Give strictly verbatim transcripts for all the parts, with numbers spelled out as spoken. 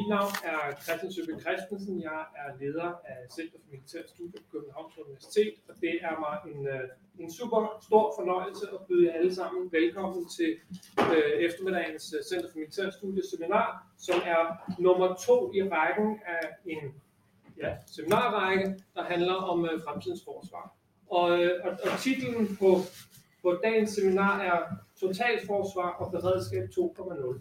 Mit navn er Christian Søby Christensen. Jeg er leder af Center for Militære Studier på Københavns Universitet, og det er mig en, en super stor fornøjelse at byde jer alle sammen velkommen til øh, eftermiddagens Center for Militære Studier seminar, som er nummer to i rækken af en ja, seminarrække, der handler om øh, fremtidens forsvar. Og, og, og titlen på, på dagens seminar er Totalforsvar og beredskab to punkt nul.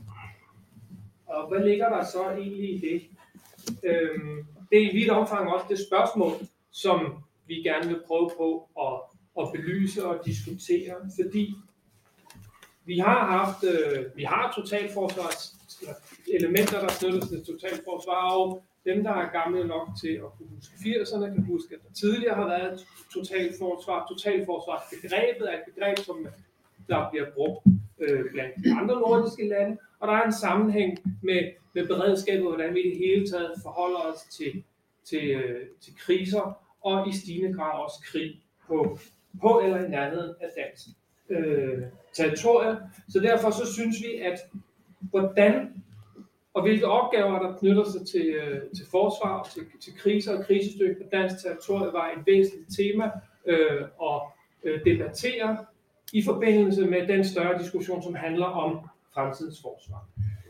Og hvad ligger der så egentlig i det? Øhm, det er i vidt omfang også det spørgsmål, som vi gerne vil prøve på at, at belyse og diskutere, fordi vi har haft, øh, vi har totalforsvars elementer, der knyttes til totalforsvar, og dem, der er gamle nok til at kunne huske firserne, kan huske, at der tidligere har været et totalforsvar. Totalforsvarsbegrebet er et begreb, som der bliver brugt øh, blandt andre nordiske lande, og der er en sammenhæng med, med beredskabet, hvordan vi i det hele taget forholder os til, til, øh, til kriser, og i stigende grad også krig på, på eller i nærheden af dansk øh, territorium. Så derfor så synes vi, at hvordan og hvilke opgaver, der knytter sig til, øh, til forsvar, til, til kriser og krisestykke på dansk territorium, var et væsentligt tema øh, at øh, debattere i forbindelse med den større diskussion, som handler om fremtidens forsvar.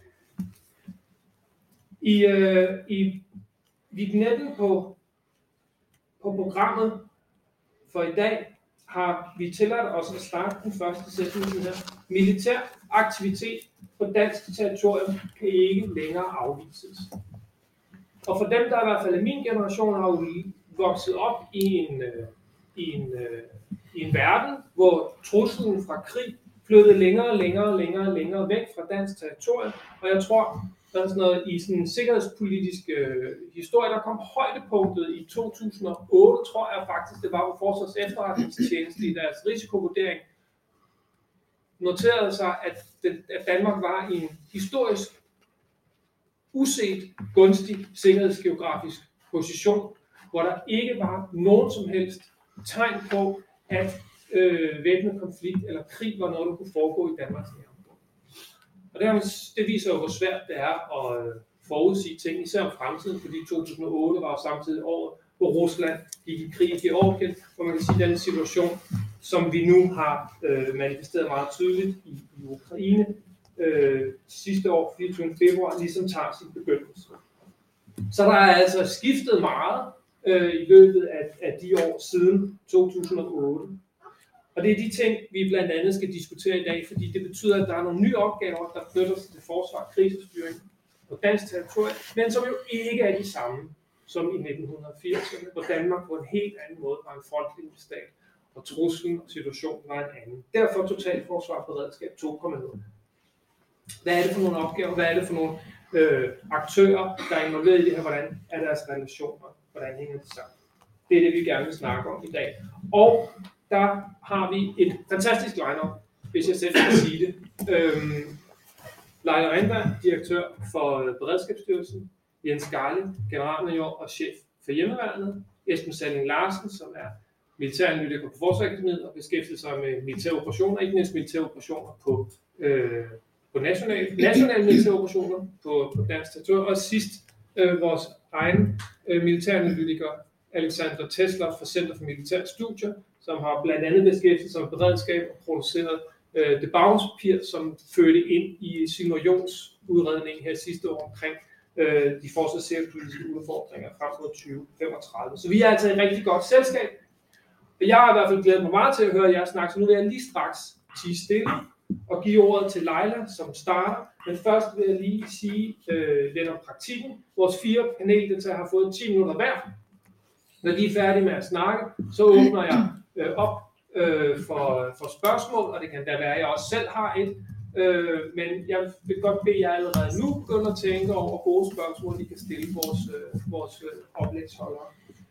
I, øh, i vignetten på, på programmet for i dag har vi tilladt os at starte den første sætning her. Militær aktivitet på dansk territorium kan ikke længere afvises. Og for dem, der i hvert fald i min generation har jo vokset op i en, øh, i en, øh, i en verden, hvor truslen fra krig flyttede længere og længere og længere og længere væk fra dansk territorium. Og jeg tror, der er sådan noget i sådan en sikkerhedspolitisk øh, historie, der kom højdepunktet i to tusind og otte, tror jeg faktisk, det var, hvor Forsvars Efterretningstjeneste i deres risikovurdering noterede sig, at, den, at Danmark var i en historisk uset gunstig sikkerhedsgeografisk position, hvor der ikke var nogen som helst tegn på, at øh, væbnet konflikt eller krig var noget, der kunne foregå i Danmarks nærområde. Og det, det viser jo, hvor svært det er at øh, forudsige ting, især om fremtiden, fordi to tusind og otte var jo samtidig året, hvor Rusland gik i krig i Georgien, hvor man kan sige, at den situation, som vi nu har øh, manifesteret meget tydeligt i, i Ukraine øh, sidste år, fireogtyvende februar, ligesom tager sin begyndelse. Så der er altså skiftet meget øh, i løbet af, af de år siden to tusind og otte. Og det er de ting, vi blandt andet skal diskutere i dag, fordi det betyder, at der er nogle nye opgaver, der knytter sig til forsvar og krisestyring på dansk territorium, men som jo ikke er de samme som i nitten firserne, hvor Danmark på en helt anden måde var en frontlinjestat, og truslen og situationen var en anden. Derfor totalforsvar og beredskab to punkt nul. Hvad er det for nogle opgaver? Hvad er det for nogle øh, aktører, der er involveret i det her? Hvordan er deres relationer? Hvordan hænger det sammen? Det er det, vi gerne vil snakke om i dag. Og der har vi et fantastisk line-up, hvis jeg selv kan sige det. Øhm, Leila Rindberg, direktør for Beredskabsstyrelsen, Jens Garling, generalmajor og chef for hjemmeværnet, Esben Salling Larsen, som er militæranalytiker på Forsvarsakademiet og beskæftiger sig med militære operationer, ikke mindst militære operationer på, øh, på nationale, nationale militære operationer på, på dansk territorium. Og sidst øh, vores egen øh, militæranalytiker, Alexander Tesler fra Center for Militære Studier, som har blandt andet beskæftiget sig med beredskab og produceret øh, det baggrundspapir, som førte ind i Simons udredning her sidste år omkring øh, de forsvarssikkerhedspolitiske udfordringer frem mod tyve femogtredive. Så vi er altså et rigtig godt selskab. Og jeg har i hvert fald glædet mig meget til at høre jer snakke, så nu vil jeg lige straks tie stille og give ordet til Leila, som starter. Men først vil jeg lige sige øh, lidt om praktikken. Vores fire paneldeltagere har fået ti minutter hver. Når de er færdige med at snakke, så åbner jeg øh, op øh, for, for spørgsmål, og det kan da være, at jeg også selv har et. Øh, men jeg vil godt bede jer allerede nu begynde at tænke over gode spørgsmål, I kan stille vores, øh, vores øh, oplægsholdere.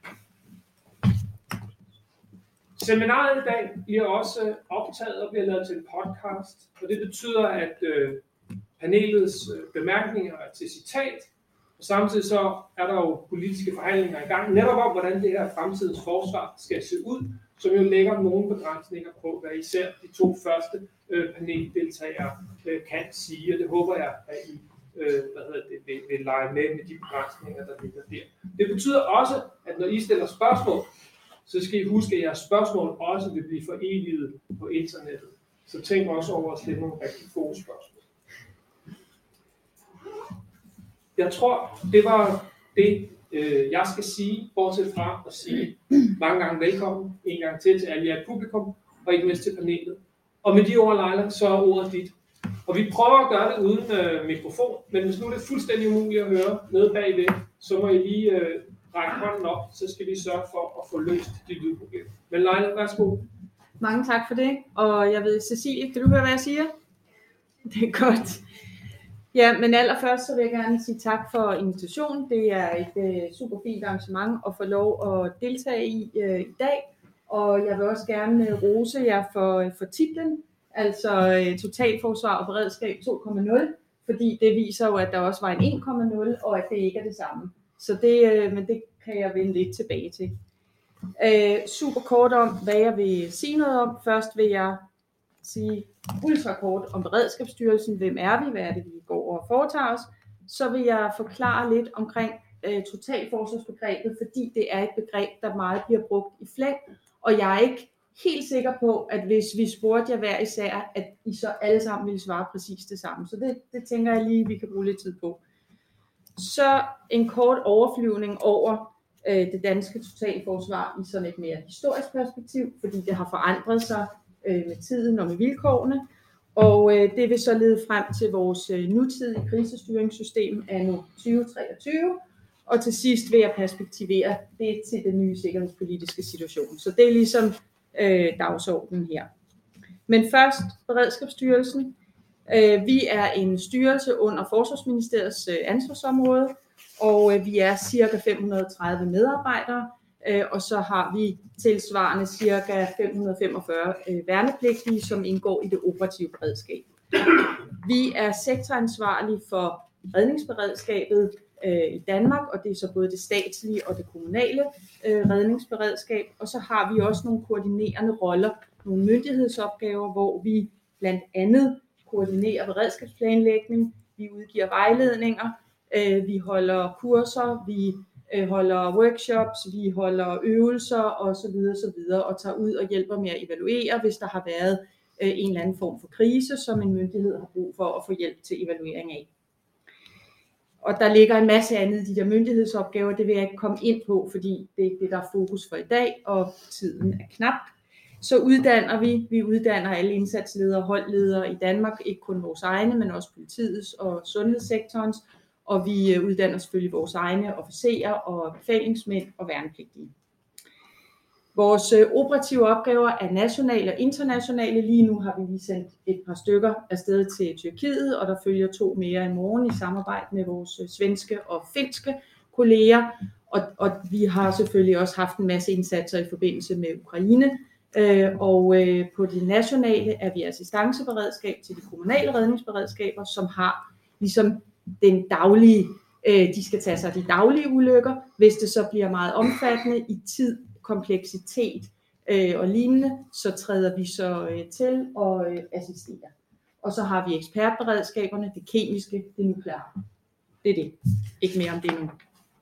Seminaret i dag bliver også optaget og bliver lavet til en podcast, og det betyder, at øh, panelets øh, bemærkninger er til citat, og samtidig så er der jo politiske forhandlinger i gang, netop om, hvordan det her fremtidens forsvar skal se ud, som jo lægger nogle begrænsninger på, hvad især de to første øh, paneldeltagere øh, kan sige, og det håber jeg, at I øh, hvad hedder det, vil, vil lege med med de begrænsninger, der ligger der. Det betyder også, at når I stiller spørgsmål, så skal I huske, at jeres spørgsmål også vil blive foreviget på internettet. Så tænk også over at stille nogle rigtig gode spørgsmål. Jeg tror, det var det, øh, jeg skal sige, bortset fra at sige mange gange velkommen, en gang til til alle jer publikum, og ikke mindst til panelet. Og med de ord, Leila, så er ordet dit. Og vi prøver at gøre det uden øh, mikrofon, men hvis nu er det fuldstændig umuligt at høre nede bagved, så må I lige øh, række hånden op, så skal vi sørge for at få løst de lydproblemer. Men Leila, værsgo. Mange tak for det. Og jeg ved, Cecilie, kan du høre, hvad jeg siger? Det er godt. Ja, men allerførst så vil jeg gerne sige tak for invitationen. Det er et øh, super fint arrangement at få lov at deltage i øh, i dag. Og jeg vil også gerne øh, rose jer for, for titlen, altså øh, Totalforsvar og Beredskab to punkt nul, fordi det viser jo, at der også var en en punkt nul, og at det ikke er det samme. Så det, øh, men det kan jeg vende lidt tilbage til. Øh, super kort om, hvad jeg vil sige noget om. Først vil jeg sige ultra kort om Beredskabsstyrelsen. Hvem er vi? Hvad er det, vi går og foretager os? Så vil jeg forklare lidt omkring øh, totalforsvarsbegrebet, fordi det er et begreb, der meget bliver brugt i flæng. Og jeg er ikke helt sikker på, at hvis vi spurgte jer hver især, at I så alle sammen ville svare præcis det samme. Så det, det tænker jeg lige, vi kan bruge lidt tid på. Så en kort overflyvning over øh, det danske totalforsvar i sådan et mere historisk perspektiv, fordi det har forandret sig øh, med tiden og med vilkårene. Og øh, det vil så lede frem til vores øh, nutidige krisestyringssystem anno tyve treogtyve. Og til sidst vil jeg perspektivere det til den nye sikkerhedspolitiske situation. Så det er ligesom øh, dagsordenen her. Men først Beredskabsstyrelsen. Øh, vi er en styrelse under Forsvarsministeriets øh, ansvarsområde, og øh, vi er cirka fem hundrede og tredive medarbejdere, øh, og så har vi tilsvarende cirka fem hundrede og femogfyrre øh, værnepligtige, som indgår i det operative beredskab. Vi er sektoransvarlige for redningsberedskabet øh, i Danmark, og det er så både det statslige og det kommunale øh, redningsberedskab, og så har vi også nogle koordinerende roller, nogle myndighedsopgaver, hvor vi blandt andet koordinerer beredskabsplanlægning, vi udgiver vejledninger, øh, vi holder kurser, vi øh, holder workshops, vi holder øvelser osv. osv. og tager ud og hjælper med at evaluere, hvis der har været øh, en eller anden form for krise, som en myndighed har brug for at få hjælp til evaluering af. Og der ligger en masse andet i de der myndighedsopgaver, det vil jeg ikke komme ind på, fordi det er ikke det, der er fokus for i dag, og tiden er knap. Så uddanner vi, vi uddanner alle indsatsledere og holdledere i Danmark, ikke kun vores egne, men også politiets og sundhedssektorens, og vi uddanner selvfølgelig vores egne officerer og befalingsmænd og værnepligtige. Vores operative opgaver er nationale og internationale. Lige nu har vi lige sendt et par stykker afsted til Tyrkiet, og der følger to mere i morgen i samarbejde med vores svenske og finske kolleger. Og, og vi har selvfølgelig også haft en masse indsatser i forbindelse med Ukraine. Øh, og øh, på det nationale er vi assistanceberedskab til de kommunale redningsberedskaber, som har ligesom den daglige, øh, de skal tage sig af de daglige ulykker, hvis det så bliver meget omfattende i tid, kompleksitet øh, og lignende, så træder vi så øh, til og øh, assisterer. Og så har vi ekspertberedskaberne, det kemiske, det nukleare. Det er det. Ikke mere om det nu.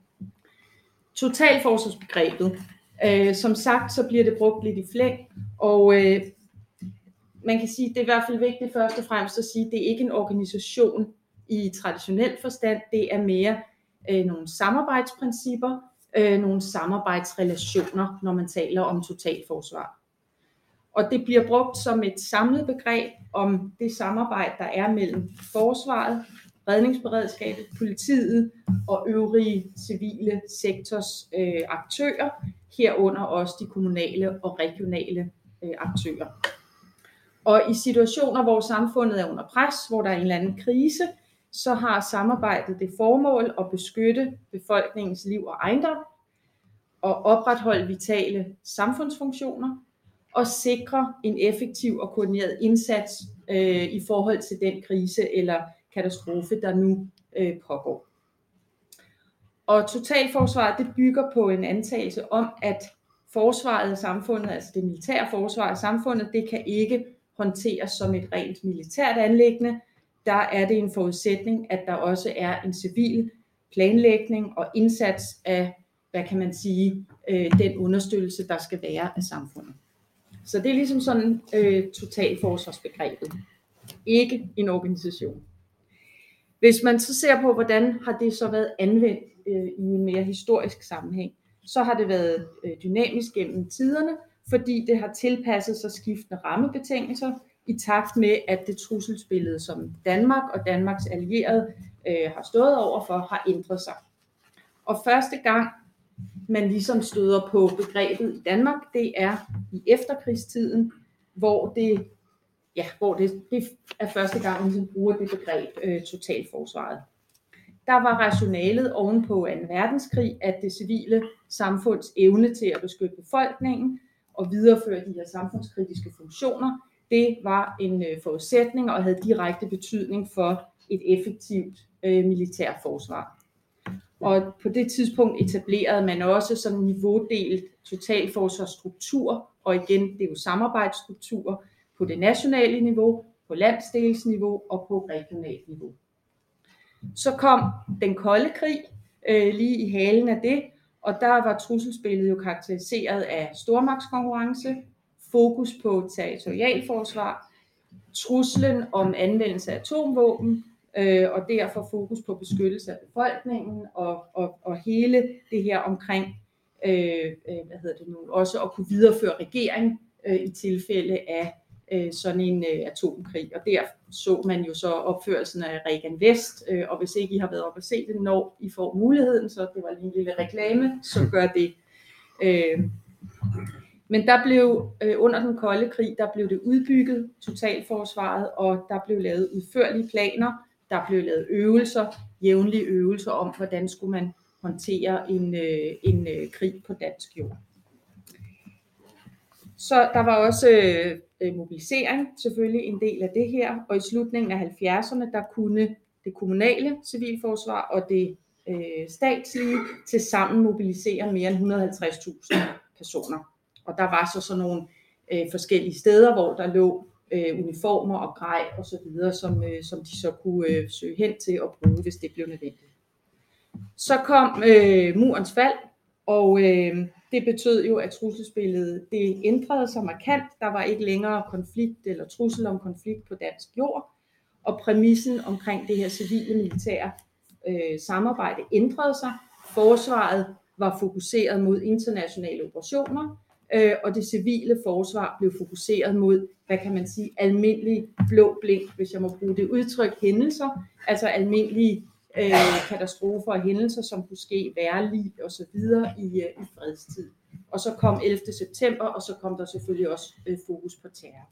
Totalforsvarsbegrebet. Øh, som sagt, så bliver det brugt lidt i flæng, og øh, man kan sige, det er i hvert fald vigtigt først og fremmest at sige, at det er ikke en organisation i traditionel forstand, det er mere øh, nogle samarbejdsprincipper, øh, nogle samarbejdsrelationer, når man taler om totalforsvar. Og det bliver brugt som et samlet begreb om det samarbejde, der er mellem forsvaret, redningsberedskabet, politiet og øvrige civile sektors øh, aktører, herunder også de kommunale og regionale øh, aktører. Og i situationer, hvor samfundet er under pres, hvor der er en eller anden krise, så har samarbejdet det formål at beskytte befolkningens liv og ejendom, og opretholde vitale samfundsfunktioner, og sikre en effektiv og koordineret indsats øh, i forhold til den krise eller katastrofe, der nu øh, pågår. Og totalforsvaret, det bygger på en antagelse om, at forsvaret af samfundet, altså det militære forsvar af samfundet, det kan ikke håndteres som et rent militært anliggende. der er det en forudsætning, at der også er en civil planlægning og indsats af, hvad kan man sige, øh, den understøttelse, der skal være af samfundet. Så det er ligesom sådan øh, totalforsvarsbegrebet. Ikke en organisation. Hvis man så ser på, hvordan har det så været anvendt øh, i en mere historisk sammenhæng, så har det været øh, dynamisk gennem tiderne, fordi det har tilpasset sig skiftende rammebetingelser i takt med, at det trusselsbillede, som Danmark og Danmarks allierede øh, har stået overfor, har ændret sig. Og første gang, man ligesom støder på begrebet i Danmark, det er i efterkrigstiden, hvor det, ja, hvor det, det er første gang, man bruger det begreb øh, totalforsvaret. Der var rationalet ovenpå anden verdenskrig, at det civile samfunds evne til at beskytte befolkningen og videreføre de her samfundskritiske funktioner, det var en øh, forudsætning og havde direkte betydning for et effektivt øh, militært forsvar. Og på det tidspunkt etablerede man også sådan en niveaudelt totalforsvarsstruktur, og igen, det er jo samarbejdsstrukturer på det nationale niveau, på landsdelsniveau og på regionalt niveau. Så kom den kolde krig øh, lige i halen af det, og der var trusselsbilledet jo karakteriseret af stormagtskonkurrence, fokus på territorialforsvar, truslen om anvendelse af atomvåben, øh, og derfor fokus på beskyttelse af befolkningen, og, og, og hele det her omkring, øh, hvad hedder det nu, også at kunne videreføre regering øh, i tilfælde af øh, sådan en øh, atomkrig. Og der så man jo så opførelsen af Regan Vest, øh, og hvis ikke I har været oppe at se det, når I får muligheden, så det var lige en lille reklame, så gør det. Øh, Men der blev øh, under den kolde krig, der blev det udbygget totalforsvaret, og der blev lavet udførlige planer, der blev lavet øvelser, jævnlige øvelser om, hvordan skulle man håndtere en, øh, en øh, krig på dansk jord. Så der var også øh, mobilisering, selvfølgelig en del af det her, og i slutningen af halvfjerdserne, der kunne det kommunale civilforsvar og det øh, statslige til sammen mobilisere mere end et hundrede og halvtreds tusind personer. Og der var så sådan nogle øh, forskellige steder, hvor der lå øh, uniformer og grej og så videre, som, øh, som de så kunne øh, søge hen til og bruge, hvis det blev nødvendigt. Så kom øh, murens fald, og øh, det betød jo, at trusselsbilledet det ændrede sig markant. Der var ikke længere konflikt eller trussel om konflikt på dansk jord, og præmissen omkring det her civile militære øh, samarbejde ændrede sig. Forsvaret var fokuseret mod internationale operationer, og det civile forsvar blev fokuseret mod, hvad kan man sige, almindelige blå blink, hvis jeg må bruge det udtryk, hændelser, altså almindelige øh, katastrofer og hændelser, som kunne ske vejrlig og så videre i, øh, i fredstid. Og så kom ellevte september, og så kom der selvfølgelig også øh, fokus på terror.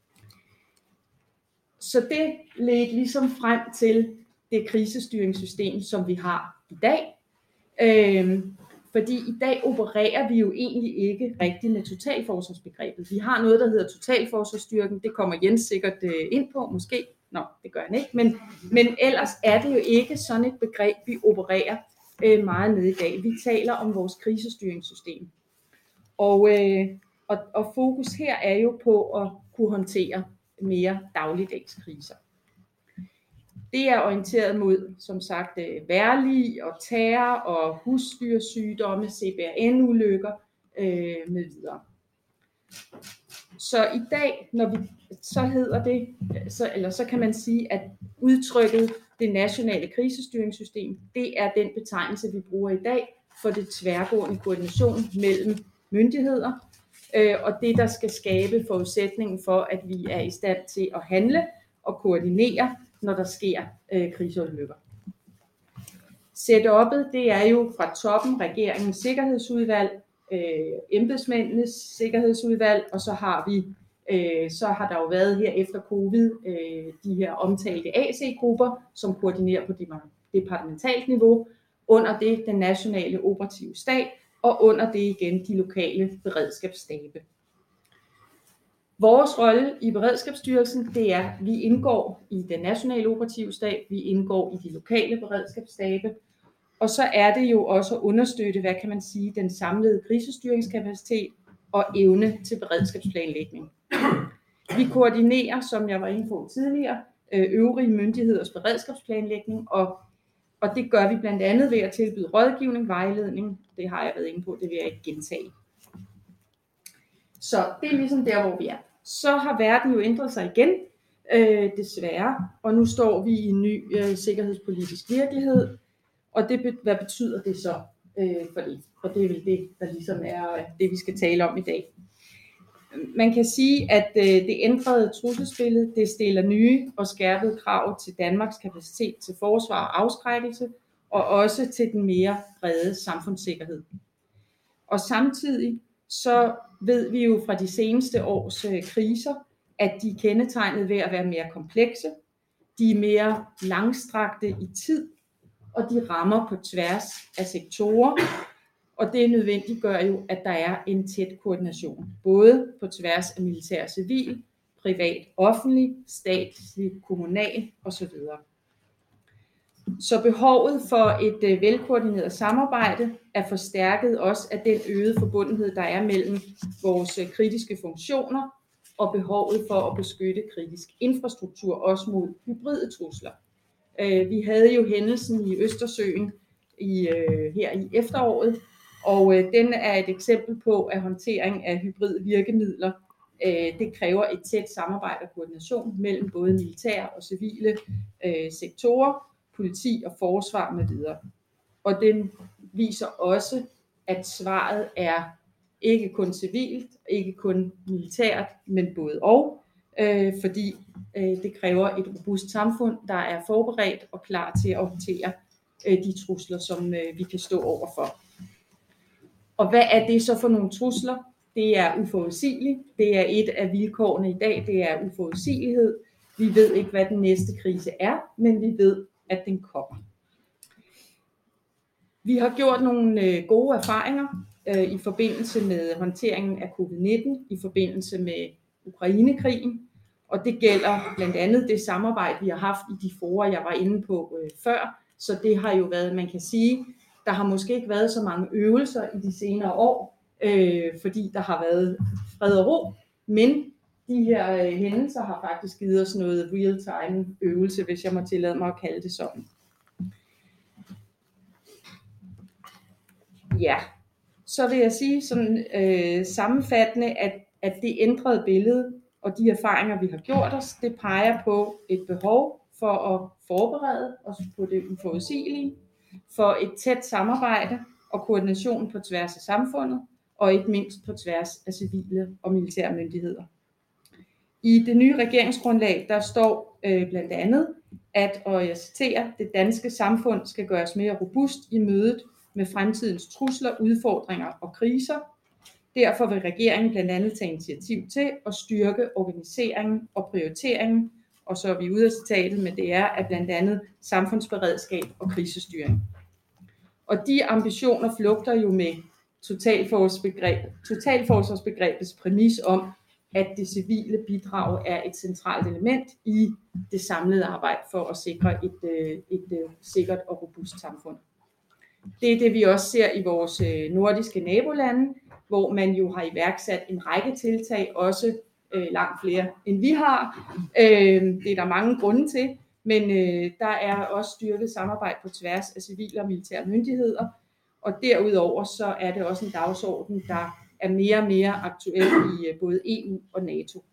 Så det ledte ligesom frem til det krisestyringssystem, som vi har i dag. Øh, Fordi i dag opererer vi jo egentlig ikke rigtigt med totalforsvarsbegrebet. Vi har noget, der hedder totalforsvarsstyrken. Det kommer Jens sikkert ind på, måske. Nå, det gør han ikke. Men, men ellers er det jo ikke sådan et begreb, vi opererer øh, meget med i dag. Vi taler om vores krisestyringssystem. Og, øh, og, og fokus her er jo på at kunne håndtere mere dagligdags kriser. Det er orienteret mod, som sagt, vejrlig og terror og husdyrsygdomme, C B R N-ulykker øh, med videre. Så i dag, når vi så hedder det, så, eller så kan man sige, at udtrykket det nationale krisestyringssystem, det er den betegnelse, vi bruger i dag for det tværgående koordination mellem myndigheder, øh, og det, der skal skabe forudsætningen for, at vi er i stand til at handle og koordinere, når der sker øh, kriseulykker. Setup'et, det er jo fra toppen, regeringens sikkerhedsudvalg, øh, embedsmændenes sikkerhedsudvalg, og så har vi, øh, så har der jo været her efter covid, øh, de her omtalte A C-grupper, som koordinerer på departementalt niveau, under det den nationale operative stab, og under det igen de lokale beredskabsstabe. Vores rolle i Beredskabsstyrelsen, det er, at vi indgår i den nationale operative stab, vi indgår i de lokale beredskabsstabe, og så er det jo også at understøtte, hvad kan man sige, den samlede krisestyringskapacitet og evne til beredskabsplanlægning. Vi koordinerer, som jeg var inde på tidligere, øh, øvrige myndigheders beredskabsplanlægning, og, og det gør vi blandt andet ved at tilbyde rådgivning, vejledning. Det har jeg været inde på, det vil jeg ikke gentage. Så det er ligesom der, hvor vi er. Så har verden jo ændret sig igen, øh, desværre, og nu står vi i en ny øh, sikkerhedspolitisk virkelighed, og det, hvad betyder det så øh, for det? Og det er vel det, der ligesom er det, vi skal tale om i dag. Man kan sige, at øh, det ændrede trusselsbillede, det stiller nye og skærpede krav til Danmarks kapacitet til forsvar og afskrækkelse, og også til den mere brede samfundssikkerhed. Og samtidig så ved vi jo fra de seneste års øh, kriser, at de er kendetegnet ved at være mere komplekse, de er mere langstrakte i tid, og de rammer på tværs af sektorer, og det nødvendiggør jo, at der er en tæt koordination, både på tværs af militær og civil, privat, offentlig, statslig, kommunal osv. Så behovet for et øh, velkoordineret samarbejde er forstærket også af den øgede forbundenhed, der er mellem vores øh, kritiske funktioner og behovet for at beskytte kritisk infrastruktur, også mod hybride trusler. Øh, vi havde jo hændelsen i Østersøen i, øh, her i efteråret, og øh, den er et eksempel på, at håndtering af hybride virkemidler, øh, det kræver et tæt samarbejde og koordination mellem både militære og civile øh, sektorer, politi og forsvar med videre. Og den viser også, at svaret er ikke kun civilt, ikke kun militært, men både og, øh, fordi øh, det kræver et robust samfund, der er forberedt og klar til at håndtere øh, de trusler, som øh, vi kan stå overfor. Og hvad er det så for nogle trusler? Det er uforudsigeligt. Det er et af vilkårene i dag, det er uforudsigelighed. Vi ved ikke, hvad den næste krise er, men vi ved, at den kommer. Vi har gjort nogle øh, gode erfaringer øh, i forbindelse med håndteringen af covid nitten, i forbindelse med Ukrainekrigen, og det gælder blandt andet det samarbejde, vi har haft i de fora, jeg var inde på øh, før, så det har jo været, man kan sige, der har måske ikke været så mange øvelser i de senere år, øh, fordi der har været fred og ro, men de her øh, hændelser har faktisk givet os noget real-time øvelse, hvis jeg må tillade mig at kalde det sådan. Ja, så vil jeg sige sådan øh, sammenfattende, at, at det ændrede billede og de erfaringer, vi har gjort os, det peger på et behov for at forberede os på det uforudsigelige, for et tæt samarbejde og koordination på tværs af samfundet, og ikke mindst på tværs af civile og militære myndigheder. I det nye regeringsgrundlag, der står øh, blandt andet, at, og jeg citerer, det danske samfund skal gøres mere robust i mødet med fremtidens trusler, udfordringer og kriser. Derfor vil regeringen blandt andet tage initiativ til at styrke organiseringen og prioriteringen, og så er vi ude af citatet, men det er af blandt andet samfundsberedskab og krisestyring. Og de ambitioner flugter jo med totalforsvarsbegreb, totalforsvarsbegrebets præmis om, at det civile bidrag er et centralt element i det samlede arbejde for at sikre et, et, et sikkert og robust samfund. Det er det, vi også ser i vores nordiske nabolande, hvor man jo har iværksat en række tiltag, også øh, langt flere end vi har. Øh, det er der mange grunde til, men øh, der er også styrket samarbejde på tværs af civile og militære myndigheder, og derudover så er det også en dagsorden, der er mere og mere aktuel i øh, både E U og NATO.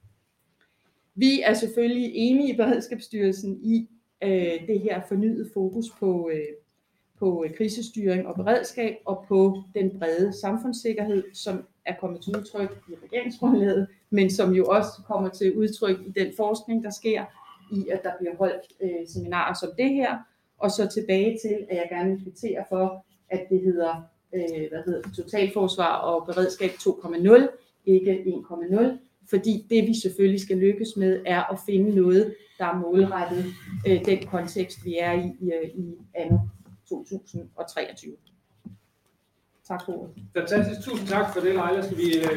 Vi er selvfølgelig enige i Beredskabsstyrelsen i øh, det her fornyede fokus på øh, på krisestyring og beredskab og på den brede samfundssikkerhed, som er kommet til udtryk i regeringsgrundlaget, men som jo også kommer til udtryk i den forskning, der sker i, at der bliver holdt øh, seminarer som det her. Og så tilbage til, at jeg gerne vil kvittere for, at det hedder, øh, hvad hedder det, totalforsvar og beredskab to punkt nul, ikke en punkt nul, fordi det vi selvfølgelig skal lykkes med, er at finde noget, der er målrettet øh, den kontekst, vi er i i, i anno to tusind og treogtyve. Tak for ordet. Fantastisk. Tusind tak for det, Leila. Skal vi... Øh...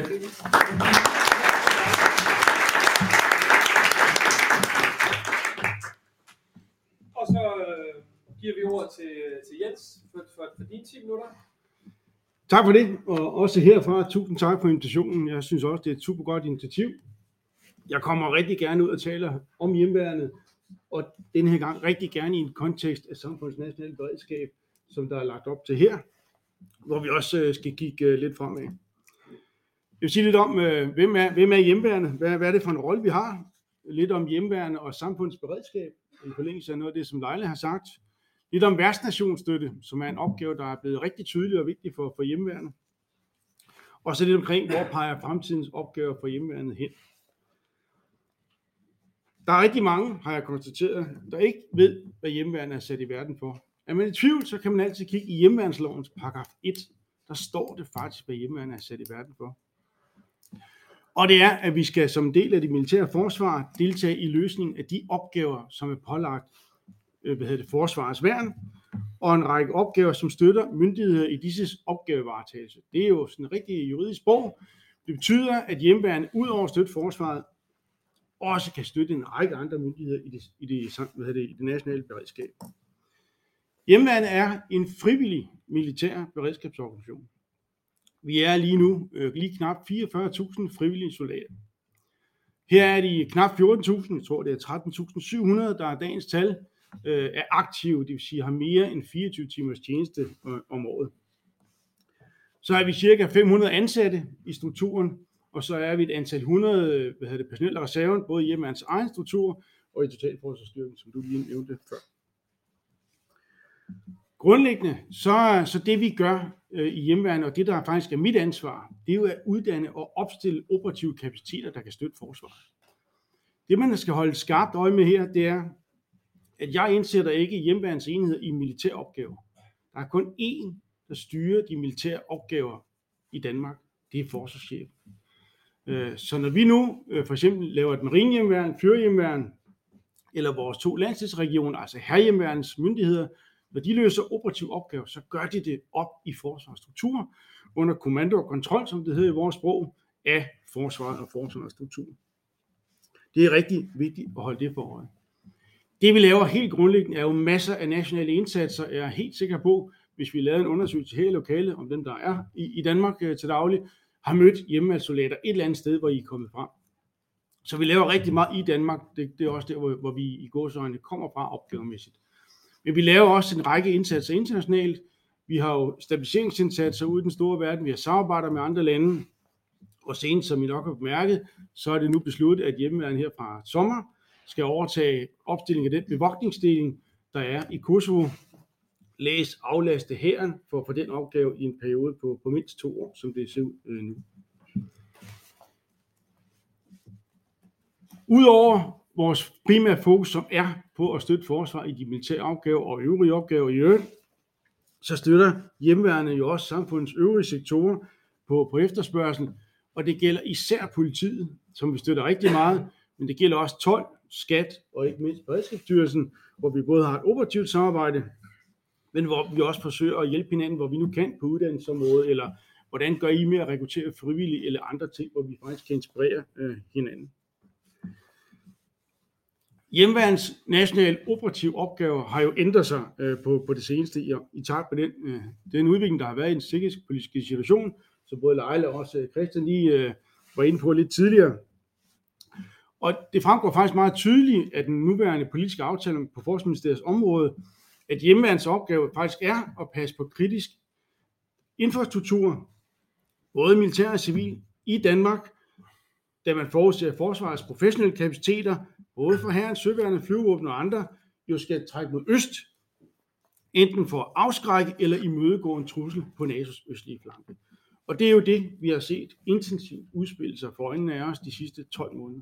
Og så øh, giver vi ordet til, til Jens for, for, for dine ti minutter. Tak for det, og også herfra tusind tak for invitationen. Jeg synes også, det er et super godt initiativ. Jeg kommer rigtig gerne ud og taler om hjemmeværnet, og den her gang rigtig gerne i en kontekst af samfundets nationale beredskab, som der er lagt op til her, hvor vi også skal kigge lidt fremad. Jeg vil sige lidt om, hvem er, hvem er hjemmeværnet, hvad, hvad er det for en rolle, vi har, lidt om hjemmeværnet og samfundets beredskab, i forlængelse af noget af det, som Leila har sagt, lidt om værtsnationsstøtte, som er en opgave, der er blevet rigtig tydelig og vigtig for, for hjemmeværnet, og så lidt omkring, hvor peger fremtidens opgaver for hjemmeværnet hen. Der er rigtig mange, har jeg konstateret, der ikke ved, hvad hjemmeværnet er sat i verden for. Er man i tvivl, så kan man altid kigge i hjemmeværnslovens paragraf et. Der står det faktisk, hvad hjemmeværnet er sat i verden for. Og det er, at vi skal som del af det militære forsvar deltage i løsningen af de opgaver, som er pålagt hvad hedder det, forsvarets værn, og en række opgaver, som støtter myndigheder i disses opgavevaretagelse. Det er jo sådan en rigtig juridisk sprog. Det betyder, at hjemmeværnet ud over at støtte forsvaret, også kan støtte en række andre myndigheder i det, i det, hvad hedder det, i det nationale beredskab. Hjemmeværnet er en frivillig militær beredskabsorganisation. Vi er lige nu øh, lige knap fireogfyrre tusind frivillige soldater. Her er de knap fjorten tusind, jeg tror det er tretten tusind syv hundrede, der er dagens tal, øh, er aktive, det vil sige har mere end fireogtyve timers tjeneste øh, om året. Så er vi cirka fem hundrede ansatte i strukturen, og så er vi et antal hundrede hvad hedder det, personel reserven, både i hjemmeværnets egen struktur og i totalforsvarsstyrken, som du lige nævnte før. Grundlæggende, så, så det vi gør øh, i hjemmeværnet, og det der faktisk er mit ansvar, det er jo at uddanne og opstille operative kapaciteter, der kan støtte forsvaret. Det man skal holde skarpt øje med her, det er, at jeg indsætter ikke hjemmeværnets enheder i militære opgaver. Der er kun én, der styrer de militære opgaver i Danmark. Det er forsvarschefen. Øh, så når vi nu øh, for eksempel laver et marinehjemmeværn, flyvehjemmeværn, eller vores to landsdelsregioner, altså hærhjemmeværnets myndigheder, når de løser operative opgaver, så gør de det op i forsvarsstrukturer, under kommando og kontrol, som det hedder i vores sprog, af forsvaret og forsvarsstrukturer. Det er rigtig vigtigt at holde det for øje. Det vi laver helt grundlæggende er jo masser af nationale indsatser. Jeg er helt sikker på, hvis vi lavede en undersøgelse her i lokalet, om dem der er i, i Danmark øh, til daglig, har mødt hjemmeværnssoldater et eller andet sted, hvor I er kommet frem. Så vi laver rigtig meget i Danmark. Det, det er også der, hvor, hvor vi i gåseøjne kommer fra opgavemæssigt. Men vi laver også en række indsatser internationalt. Vi har jo stabiliseringsindsatser ude i den store verden. Vi har samarbejder med andre lande. Og senest, som I nok har bemærket, så er det nu besluttet, at hjemmeværnet her fra sommer skal overtage opstilling af den bevogtningsdeling, der er i Kosovo. Læs aflaste hæren for, for den opgave i en periode på, på mindst to år, som det ser ud øh, nu. Udover vores primære fokus, som er på at støtte forsvar i de militære opgaver og øvrige opgaver i øvrigt, så støtter hjemmeværnet jo også samfundets øvrige sektorer på, på efterspørgsel, og det gælder især politiet, som vi støtter rigtig meget, men det gælder også told, skat og ikke mindst Beredskabsstyrelsen, hvor vi både har et operativt samarbejde, men hvor vi også forsøger at hjælpe hinanden, hvor vi nu kan på uddannelsesområdet, eller hvordan gør I med at rekruttere frivillige eller andre ting, hvor vi faktisk kan inspirere øh, hinanden. Hjemmeværnets nationale operative opgaver har jo ændret sig øh, på, på det seneste i, i takt med den, øh, den udvikling, der har været i den sikkerhedspolitiske situation, som både Leila og også Christian lige øh, var inde på lidt tidligere. Og det fremgår faktisk meget tydeligt, at den nuværende politiske aftale på Forsvarsministeriets område, at hjemmeværnets opgave faktisk er at passe på kritisk infrastruktur, både militær og civil, i Danmark, da man forudser forsvarets professionelle kapaciteter, både for hærens, søværnet, flyvevåben og andre, jo skal trække mod øst, enten for at afskrække eller imødegå en trussel på N A T O's østlige flanke. Og det er jo det, vi har set intensivt udspille sig for øjnene af os de sidste tolv måneder.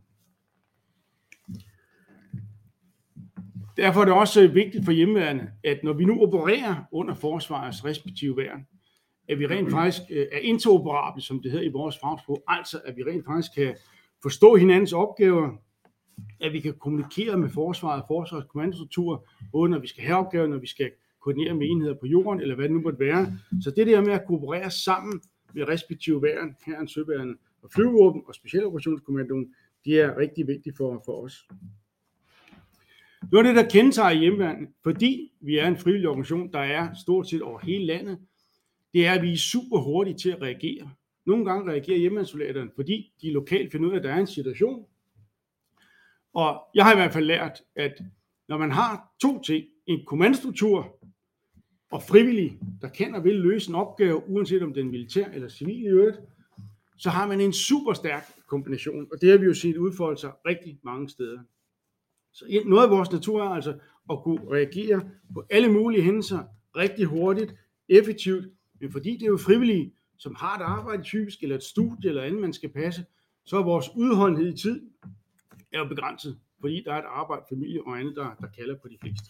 Derfor er det også vigtigt for hjemmeværnet, at når vi nu opererer under forsvarets respektive værn, at vi rent faktisk er interoperable, som det hedder i vores fagsprog, altså at vi rent faktisk kan forstå hinandens opgaver, at vi kan kommunikere med forsvaret og forsvarets kommandostrukturer, både når vi skal have opgaver, når vi skal koordinere med enheder på jorden, eller hvad det nu måtte være. Så det der med at kooperere sammen med respektive værn, hærens, søværnet og flyvevåben og specialoperationskommandoen, det er rigtig vigtigt for, for os. Nu er det, der kendetegner hjemmeværnet, fordi vi er en frivillig organisation, der er stort set over hele landet, det er, at vi er super hurtige til at reagere. Nogle gange reagerer hjemmeværnssoldaterne, fordi de lokalt finder ud af, at der er en situation, Og jeg har i hvert fald lært, at når man har to ting, en kommandostruktur og frivillige, der kan og vil løse en opgave, uanset om den er militær eller civil i øvrigt, så har man en super stærk kombination, og det har vi jo set udfolde sig rigtig mange steder. Så noget af vores natur er altså at kunne reagere på alle mulige hændelser rigtig hurtigt, effektivt, men fordi det er jo frivillige, som har et arbejde typisk, eller et studie eller andet, man skal passe, så er vores udholdenhed i tid er jo begrænset, fordi der er et arbejde, familie og andet, der, der kalder på de fleste.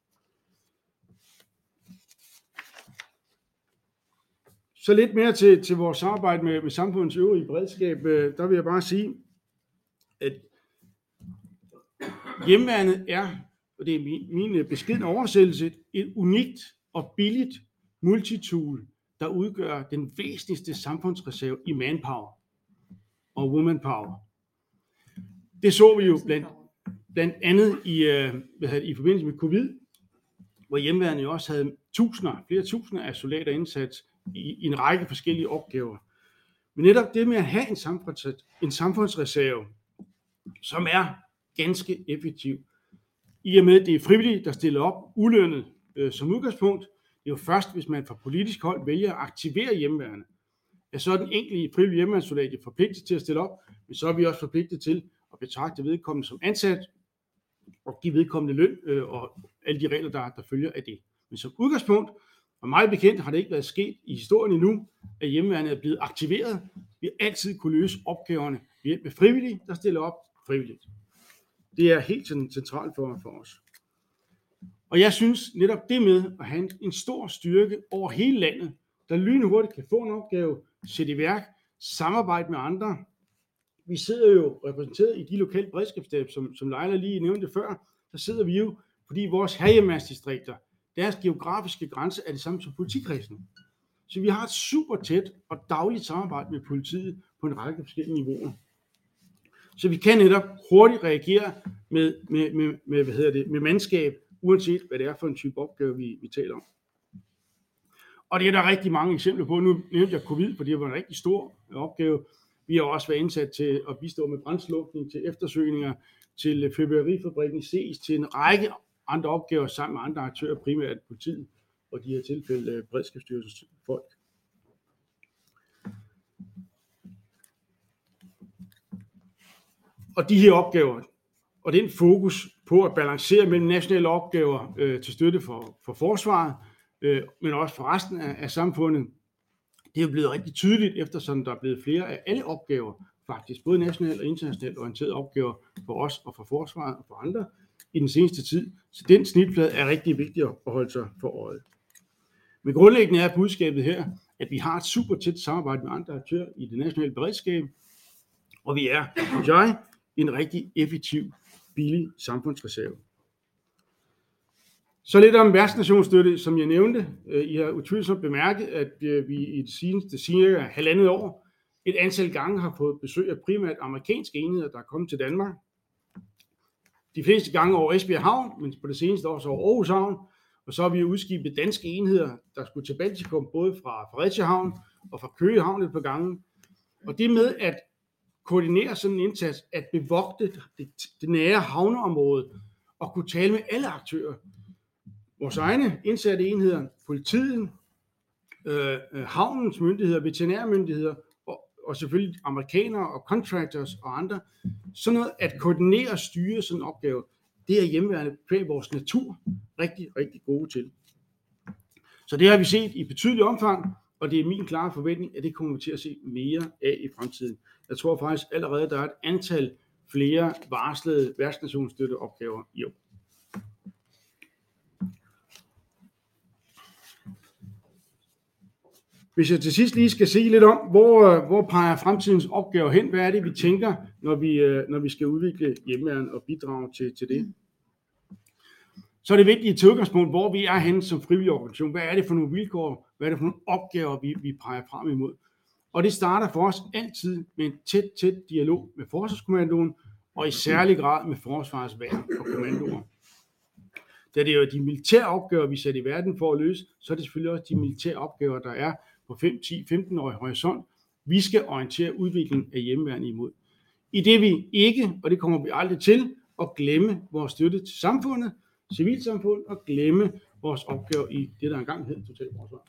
Så lidt mere til, til vores arbejde med, med samfundets øvrige beredskab. Der vil jeg bare sige, at hjemmeværnet er, og det er min, min beskedne oversættelse, et unikt og billigt multitool, der udgør den væsentligste samfundsreserve i manpower og womanpower. Det så vi jo blandt, blandt andet i, hvad det, i forbindelse med covid, hvor hjemmeværnet jo også havde tusinder, flere tusinder af soldater indsat i, i en række forskellige opgaver. Men netop det med at have en, samfunds, en samfundsreserve, som er ganske effektiv, i og med at det er frivilligt, der stiller op ulønnet øh, som udgangspunkt. Det er jo først, hvis man fra politisk hold vælger at aktivere hjemmeværnet, at så er den enkelte frivillige hjemmeværnssoldat forpligtet til at stille op, men så er vi også forpligtet til at betragte vedkommende som ansat og give vedkommende løn øh, og alle de regler, der, der følger af det. Men som udgangspunkt, og meget bekendt har det ikke været sket i historien endnu, at hjemmeværnet er blevet aktiveret. Vi har altid kunne løse opgaverne ved hjælp af frivillige, der stiller op frivilligt. Det er helt centralt for, for os. Og jeg synes netop det med at have en, en stor styrke over hele landet, der lynhurtigt kan få en opgave, sætte i værk, samarbejde med andre. Vi sidder jo repræsenteret i de lokale beredskabsstab, som, som Leila lige nævnte før. Der sidder vi jo, fordi vores herhjemmandsdistrikter, deres geografiske grænse er det samme som politikredsen. Så vi har et super tæt og dagligt samarbejde med politiet på en række forskellige niveauer. Så vi kan netop hurtigt reagere med, med, med, med, hvad hedder det, med mandskab, uanset hvad det er for en type opgave, vi, vi taler om. Og det er der rigtig mange eksempler på. Nu nævnte jeg covid, for det var en rigtig stor opgave. Vi har også været indsat til at bistå med brandslukning, til eftersøgninger, til fyrværkerifabrikken i Sees, til en række andre opgaver sammen med andre aktører, primært politiet, og de her tilfælde beredskabsstyrelsens folk. Og de her opgaver, og den fokus på at balancere mellem nationale opgaver øh, til støtte for, for forsvaret, øh, men også for resten af, af samfundet, det er blevet rigtig tydeligt, eftersom der er blevet flere af alle opgaver, faktisk både nationalt og internationalt orienterede opgaver for os og for forsvaret og for andre i den seneste tid. Så den snitflade er rigtig vigtig at holde sig for øjet. Men grundlæggende er budskabet her, at vi har et super tæt samarbejde med andre aktører i det nationale beredskab, og vi er, synes jeg, en rigtig effektiv, billig samfundsreserve. Så lidt om værtsnationsstøtte, som jeg nævnte. I har utvivlsomt bemærket, at vi i det seneste cirka halvandet år et antal gange har fået besøg af primært amerikanske enheder, der er kommet til Danmark. De fleste gange over Esbjerg Havn, men på det seneste år så over Aarhus Havn. Og så har vi udskibet danske enheder, der skulle til Baltikum, både fra Fredericia Havn og fra Køge Havn et par gange. Og det med at koordinere sådan en indsats, at bevogte det, det nære havneområde og kunne tale med alle aktører. Vores egne indsatte enheder, politiet, øh, havnens myndigheder, veterinærmyndigheder og, og selvfølgelig amerikanere og contractors og andre. Sådan noget at koordinere og styre sådan en opgave, det er hjemmeværende kvæg vores natur rigtig, rigtig gode til. Så det har vi set i betydelig omfang, og det er min klare forventning, at det kommer vi til at se mere af i fremtiden. Jeg tror faktisk allerede, der er et antal flere varslede værtsnationsstøtteopgaver i år. Hvis jeg til sidst lige skal sige lidt om, hvor, hvor peger fremtidens opgaver hen, hvad er det, vi tænker, når vi, når vi skal udvikle hjemmeværn og bidrage til, til det, så er det vigtigt til udgangspunkt, hvor vi er henne som frivillig organisation. Hvad er det for nogle vilkår, hvad er det for nogle opgaver, vi, vi peger frem imod. Og det starter for os altid med en tæt, tæt dialog med Forsvarskommandoen, og i særlig grad med Forsvarets værn og kommandoer. Da det er jo de militære opgaver, vi sætter i verden for at løse, så er det selvfølgelig også de militære opgaver, der er på fem, ti, femten årige horisont. Vi skal orientere udviklingen af hjemmeværn imod. I det vi ikke, og det kommer vi aldrig til, at glemme vores støtte til samfundet, civilsamfund, og glemme vores opgaver i det, der engang hed totalforsvar.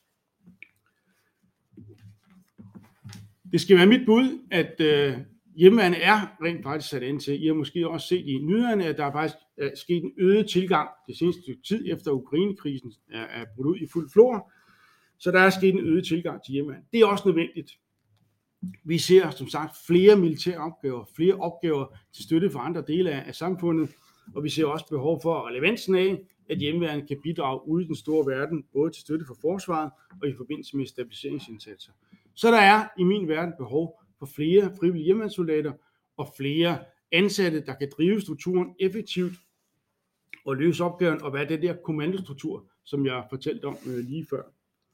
Det skal være mit bud, at øh, hjemmeværnet er rent faktisk sat ind til. I har måske også set i nyhederne, at der er faktisk er sket en øget tilgang det seneste stykke tid, efter Ukrainekrisen er, er brudt ud i fuld flor. Så der er sket en øget tilgang til hjemmeværnet. Det er også nødvendigt. Vi ser som sagt flere militære opgaver, flere opgaver til støtte for andre dele af, af samfundet, og vi ser også behov for relevansen af, at hjemmeværnet kan bidrage ude i den store verden, både til støtte for forsvaret og i forbindelse med stabiliseringsindsatser. Så der er i min verden behov for flere frivillige hjemmeværnssoldater og flere ansatte, der kan drive strukturen effektivt og løse opgaven og være den der kommandostruktur, som jeg fortalte om øh, lige før.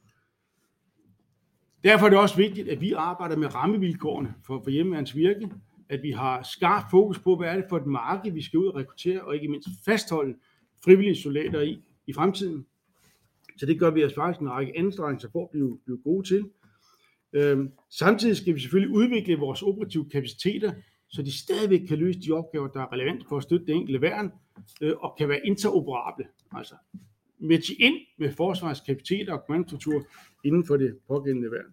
Derfor er det også vigtigt, at vi arbejder med rammevilkårene for, for hjemmeværns virke, at vi har skarp fokus på, hvad er det for et marked, vi skal ud og rekruttere, og ikke mindst fastholde frivillige soldater i, i fremtiden. Så det gør vi os faktisk en række anstrengelser for at blive, blive gode til. Øhm, samtidig skal vi selvfølgelig udvikle vores operative kapaciteter, så de stadigvæk kan løse de opgaver, der er relevante for at støtte det enkelte værn, øh, og kan være interoperable, altså matche ind med forsvarets kapaciteter og kommandostruktur inden for det pågældende værn.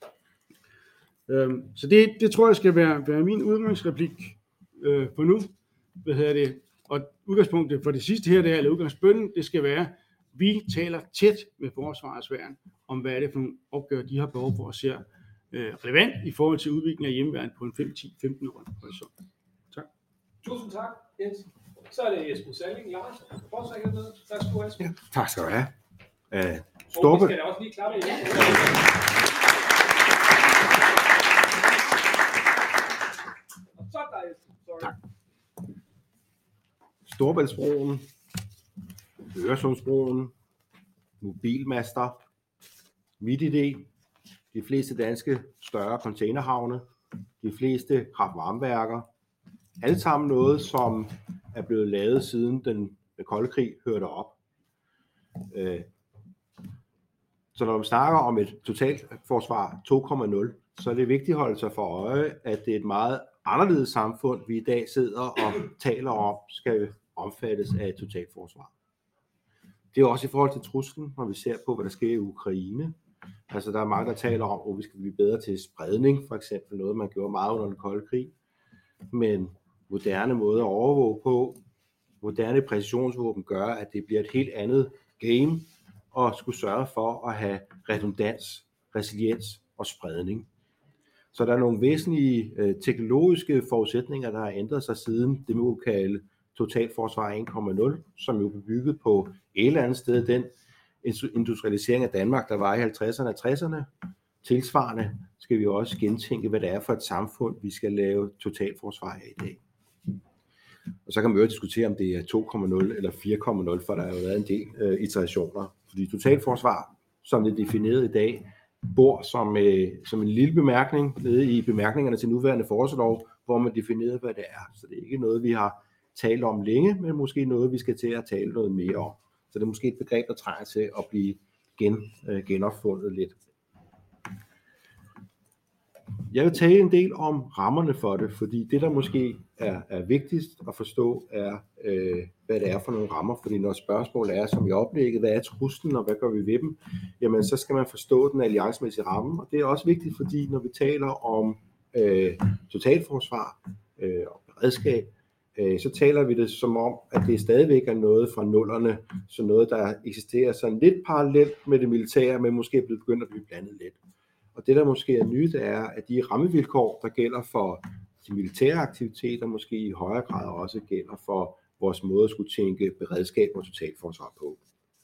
Øhm, så det, det tror jeg skal være, være min udgangsreplik øh, for nu. Hvad hedder det? Og udgangspunktet for det sidste her, det er, eller udgangsbønnen, det skal være, vi taler tæt med forsvarets værn om, hvad er det for nogle opgaver, de har behov for at se øh, relevant i forhold til udviklingen af hjemmeværn på en fem, ti, femten år horisont. Tak. Tusind tak, Jens. Så er det Esben Salling Larsen. Forsvarssekretær med. Tak skal du have. Ja, tak skal du have. Uh, Storbe. Og vi skal da også lige klappe igen. Og så er der Esben. Sorry. Tak. Storebæltsbroen, Øresundsbroen, mobilmaster, MitID, de fleste danske større containerhavne, de fleste kraft-varmeværker, alt sammen noget, som er blevet lavet siden den kolde krig hørte op. Så når man snakker om et totalforsvar to komma nul, så er det vigtigt at holde sig for øje, at det er et meget anderledes samfund, vi i dag sidder og taler om, skal omfattes af et totalforsvar. Det er også i forhold til truslen, når vi ser på, hvad der sker i Ukraine. Altså der er mange, der taler om, at vi skal blive bedre til spredning, for eksempel noget, man gjorde meget under den kolde krig. Men moderne måder at overvåge på, moderne præcisionsvåben gør, at det bliver et helt andet game, og skulle sørge for at have redundans, resiliens og spredning. Så der er nogle væsentlige øh, teknologiske forudsætninger, der har ændret sig siden det, man kunne kalde totalforsvar en komma nul, som jo blev bygget på et eller andet sted den industrialisering af Danmark, der var i halvtredserne og tresserne. Tilsvarende skal vi også gentænke, hvad det er for et samfund, vi skal lave totalforsvar af i dag. Og så kan man jo diskutere, om det er to komma nul eller fire komma nul, for der har jo været en del øh, iterationer. Fordi totalforsvar, som det er defineret i dag, bor som, øh, som en lille bemærkning nede i bemærkningerne til nuværende forsvarslov, hvor man definerer, hvad det er. Så det er ikke noget, vi har talt om længe, men måske noget, vi skal til at tale noget mere om. Så det er måske et begreb, der trænger til at blive gen, øh, genopfundet lidt. Jeg vil tale en del om rammerne for det, fordi det, der måske er, er vigtigst at forstå, er, øh, hvad det er for nogle rammer. Fordi når spørgsmålet er, som i oplægget, hvad er truslen, og hvad gør vi ved dem, jamen så skal man forstå den alliancemæssige ramme. Og det er også vigtigt, fordi når vi taler om øh, totalforsvar øh, og beredskab, øh, så taler vi det som om, at det stadigvæk er noget fra nullerne, så noget, der eksisterer sådan lidt parallelt med det militære, men måske er blevet begyndt at blive blandet lidt. Og det, der måske er nyt, er, at de rammevilkår, der gælder for de militære aktiviteter, måske i højere grad også gælder for vores måde at skulle tænke beredskab og totalforsvar på.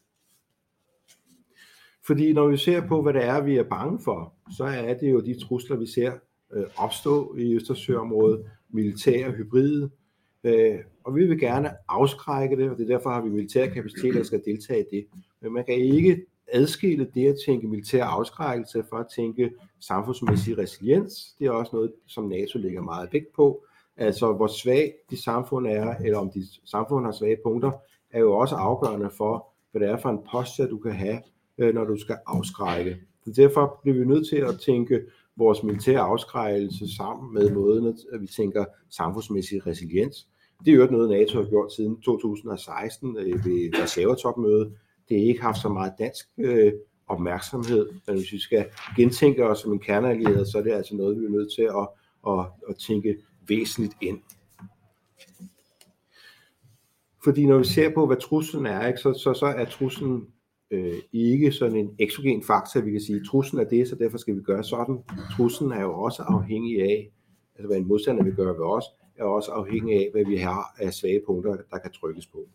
Fordi når vi ser på, hvad det er, vi er bange for, så er det jo de trusler, vi ser øh, opstå i Østersøområdet, militære, hybride, øh, og vi vil gerne afskrække det, og det er derfor, har vi militære kapaciteter, der skal deltage i det. Men man kan ikke adskille det at tænke militær afskrækkelse for at tænke samfundsmæssig resiliens. Det er også noget, som NATO lægger meget vægt på. Altså, hvor svag de samfund er, eller om de samfund har svage punkter, er jo også afgørende for, hvad det er for en posture, du kan have, når du skal afskrække. Så derfor bliver vi nødt til at tænke vores militære afskrækkelse sammen med måden, at vi tænker samfundsmæssig resiliens. Det er jo noget, NATO har gjort siden to tusind og seksten øh, ved Warszawa-topmødet. Det har ikke haft så meget dansk øh, opmærksomhed, men hvis vi skal gentænke os som en kerneallieret, så er det altså noget, vi er nødt til at, at, at tænke væsentligt ind. Fordi når vi ser på, hvad truslen er, ikke, så, så, så er truslen øh, ikke sådan en eksogen faktor, vi kan sige, truslen er det, så derfor skal vi gøre sådan. Truslen er jo også afhængig af, altså hvad en modstander vil gøre ved os, er også afhængig af, hvad vi har af svage punkter, der kan trykkes på.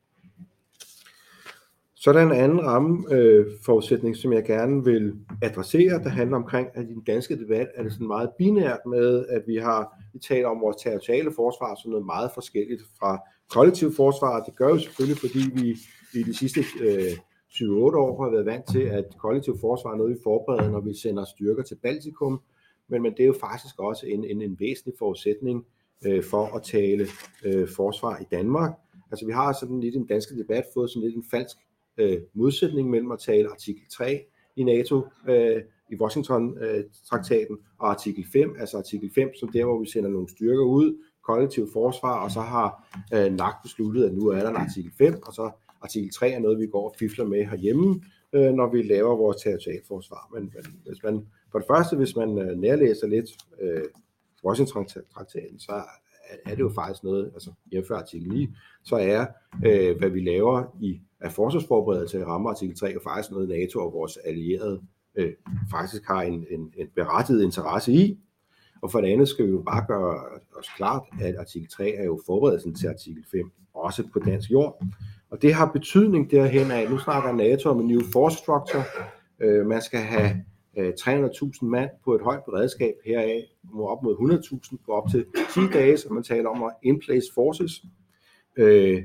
Så er der en anden ramme øh, forudsætning, som jeg gerne vil adressere, der handler omkring, at i den danske debat er det sådan meget binært med, at vi har, vi taler om vores territoriale forsvar som noget meget forskelligt fra kollektiv forsvar. Det gør jo selvfølgelig, fordi vi i de sidste øh, syv otte år har været vant til, at kollektiv forsvar er noget, vi forbereder, når vi sender styrker til Baltikum, men, men det er jo faktisk også en, en, en væsentlig forudsætning øh, for at tale øh, forsvar i Danmark. Altså vi har sådan lidt i den danske debat fået sådan lidt en falsk øh, modsætning mellem at tale artikel tre i NATO, øh, i Washington-traktaten, øh, og artikel fem, altså artikel fem, som der, hvor vi sender nogle styrker ud, kollektiv forsvar, og så har øh, N A C besluttet, at nu er der en artikel fem, og så artikel tre er noget, vi går og fifler med herhjemme, øh, når vi laver vores territorialforsvar. Men, men hvis man, for det første, hvis man øh, nærlæser lidt øh, Washington-traktaten, så er det jo faktisk noget, altså jævnfør artikel ni, så er, øh, hvad vi laver i af forsvarsforberedelse i rammer artikel tre, og faktisk noget NATO og vores allierede øh, faktisk har en, en, en berettiget interesse i. Og for det andet skal vi jo bare gøre os klart, at artikel tre er jo forberedelsen til artikel fem, også på dansk jord. Og det har betydning derhen af, nu snakker NATO om en new force structure, øh, man skal have øh, tre hundrede tusind mand på et højt beredskab heraf, op mod hundrede tusind på op til ti dage, så man taler om at in-place forces. Øh,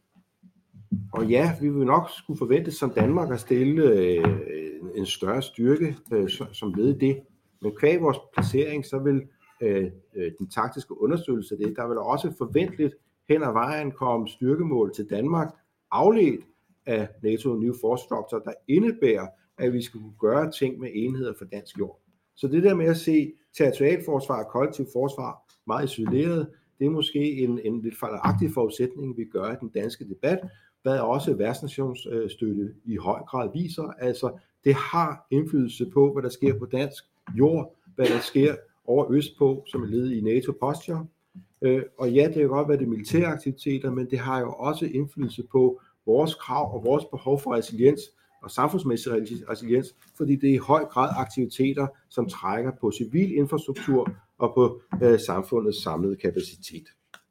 og ja, vi vil nok skulle forvente som Danmark at stille øh, en større styrke øh, som led i det. Men kvæg vores placering, så vil øh, den taktiske understøttelse af det, der vil også forventeligt hen ad vejen komme styrkemål til Danmark, afledt af NATO New Force Structure, der indebærer, at vi skal kunne gøre ting med enheder for dansk jord. Så det der med at se territorialforsvar og kollektiv forsvar meget isoleret, det er måske en, en lidt fejlagtig forudsætning, vi gør i den danske debat, hvad også værtsnationsstøtte i høj grad viser. Altså, det har indflydelse på, hvad der sker på dansk jord, hvad der sker over østpå, som er led i NATO posture. Øh, og ja, det kan godt være det militære aktiviteter, men det har jo også indflydelse på vores krav og vores behov for resiliens og samfundsmæssig resiliens, fordi det er i høj grad aktiviteter, som trækker på civil infrastruktur og på øh, samfundets samlede kapacitet.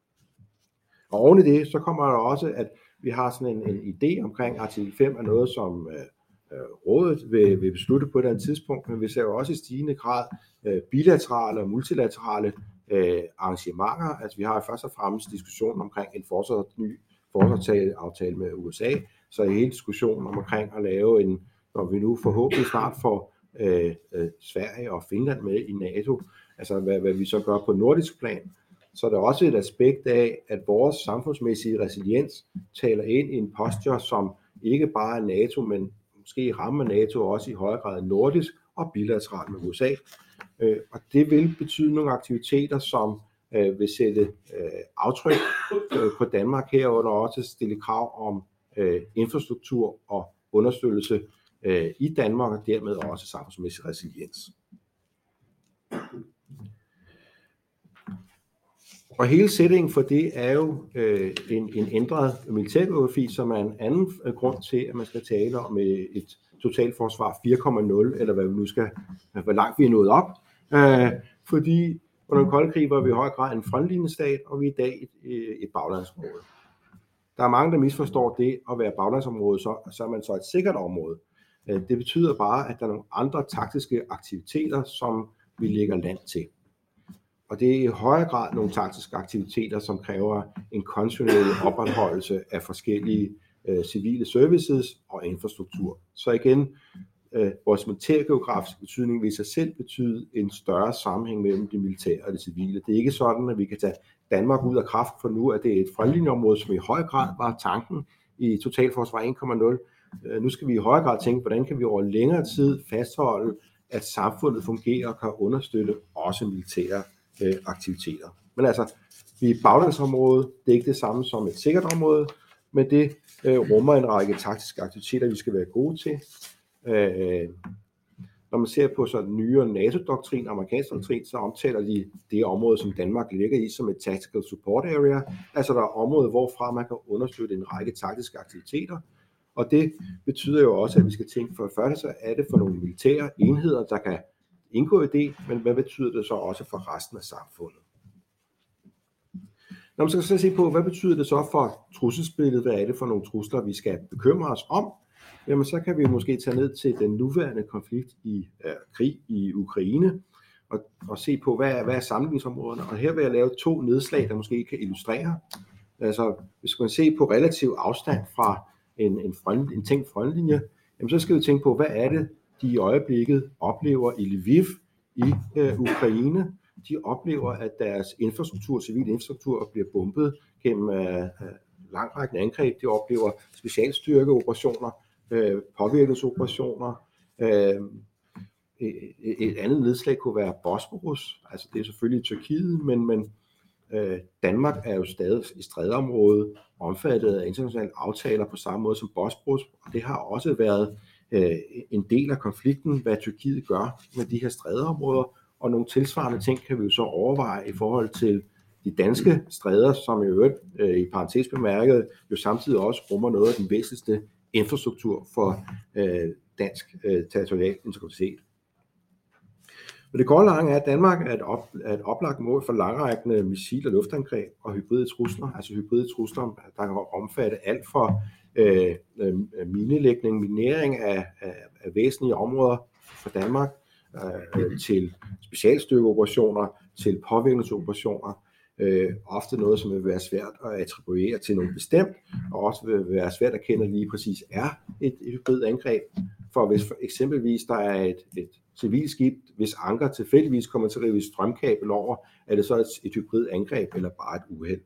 Og oven i det, så kommer der også, at vi har sådan en, en idé omkring artikel fem er noget, som øh, rådet vil, vil beslutte på et eller andet tidspunkt, men vi ser jo også i stigende grad øh, bilaterale og multilaterale øh, arrangementer. Altså vi har først og fremmest diskussionen omkring en fortsat ny forsvarsaftale med U S A, så er hele diskussionen omkring at lave en, når vi nu forhåbentlig snart får øh, øh, Sverige og Finland med i NATO, altså hvad, hvad vi så gør på nordisk plan, så er der også et aspekt af, at vores samfundsmæssige resiliens taler ind i en posture, som ikke bare er NATO, men måske i rammen af NATO også i højere grad nordisk og bilateralt med U S A. Øh, og det vil betyde nogle aktiviteter, som øh, vil sætte øh, aftryk øh, på Danmark herunder også stille krav om øh, infrastruktur og understøttelse øh, i Danmark og dermed også samfundsmæssig resiliens. Og hele sætningen for det er jo øh, en, en ændret militærgeografi, som er en anden øh, grund til, at man skal tale om et, et totalforsvar fire komma nul, eller hvad vi nu skal, hvor langt vi er nået op. Øh, fordi under den kolde krig var vi i høj grad en frontlinjestat, og vi er i dag et, et baglandsområde. Der er mange, der misforstår det at være baglandsområde, så, så er man så et sikkert område. Øh, det betyder bare, at der er nogle andre taktiske aktiviteter, som vi lægger land til. Og det er i højere grad nogle taktiske aktiviteter, som kræver en kontinuerlig opretholdelse af forskellige øh, civile services og infrastruktur. Så igen, øh, vores militærgeografiske betydning vil i sig selv betyde en større sammenhæng mellem det militære og det civile. Det er ikke sådan, at vi kan tage Danmark ud af kraft, for nu at det er et frontlinjeområde, som i høj grad var tanken i totalforsvar en komma nul. Øh, nu skal vi i højere grad tænke, hvordan kan vi over længere tid fastholde, at samfundet fungerer og kan understøtte også militære aktiviteter. Men altså, vi er et baglandsområde, det er ikke det samme som et sikkert område, men det øh, rummer en række taktiske aktiviteter, vi skal være gode til. Øh, når man ser på så den nyere NATO-doktrin, amerikansk doktrin, så omtaler de det område, som Danmark ligger i, som et tactical support area. Altså der er områder, hvorfra man kan understøtte en række taktiske aktiviteter. Og det betyder jo også, at vi skal tænke for det første, så er det for nogle militære enheder, der kan indgå i det, men hvad betyder det så også for resten af samfundet? Når man skal så se på, hvad betyder det så for trusselsbilledet, hvad er det for nogle trusler, vi skal bekymre os om, jamen så kan vi måske tage ned til den nuværende konflikt i øh, krig i Ukraine, og, og se på, hvad er, hvad er sammenligningsområderne. Og her vil jeg lave to nedslag, der måske kan illustrere. Altså, hvis man ser på relativ afstand fra en, en, front, en tænkt frontlinje, jamen så skal vi tænke på, hvad er det, de i øjeblikket oplever i Lviv i øh, Ukraine. De oplever, at deres infrastruktur, civil infrastruktur, bliver bombet gennem øh, langrækkende angreb. De oplever specialstyrkeoperationer, øh, påvirkningsoperationer. Øh, et, et andet nedslag kunne være Bosporus. Altså det er selvfølgelig Tyrkiet, men, men øh, Danmark er jo stadig i strædeområdet omfattet af internationale aftaler på samme måde som Bosporus. Og det har også været øh, en del af konflikten, hvad Tyrkiet gør med de her strædeområder. Og nogle tilsvarende ting kan vi jo så overveje i forhold til de danske stræder, som i øvrigt øh, i parentes bemærket jo samtidig også rummer noget af den væsentligste infrastruktur for øh, dansk øh, territorial integritet. Men det korte lange er, at Danmark er et, op, er et oplagt mål for langrækkende missil- og luftangreb og hybride trusler, altså hybride trusler, der kan omfatte alt fra øh, øh, minelægning, minering af, af, af væsentlige områder for Danmark, øh, til specialstyrkeoperationer, til påvirkningsoperationer, øh, ofte noget, som vil være svært at attribuere til nogen bestemt, og også vil være svært at kende, lige præcis er et, et hybrid angreb. For hvis for eksempelvis der er et, et civilt skib, hvis anker tilfældigvis kommer til at rive strømkabel over, er det så et, et hybrid angreb eller bare et uheld.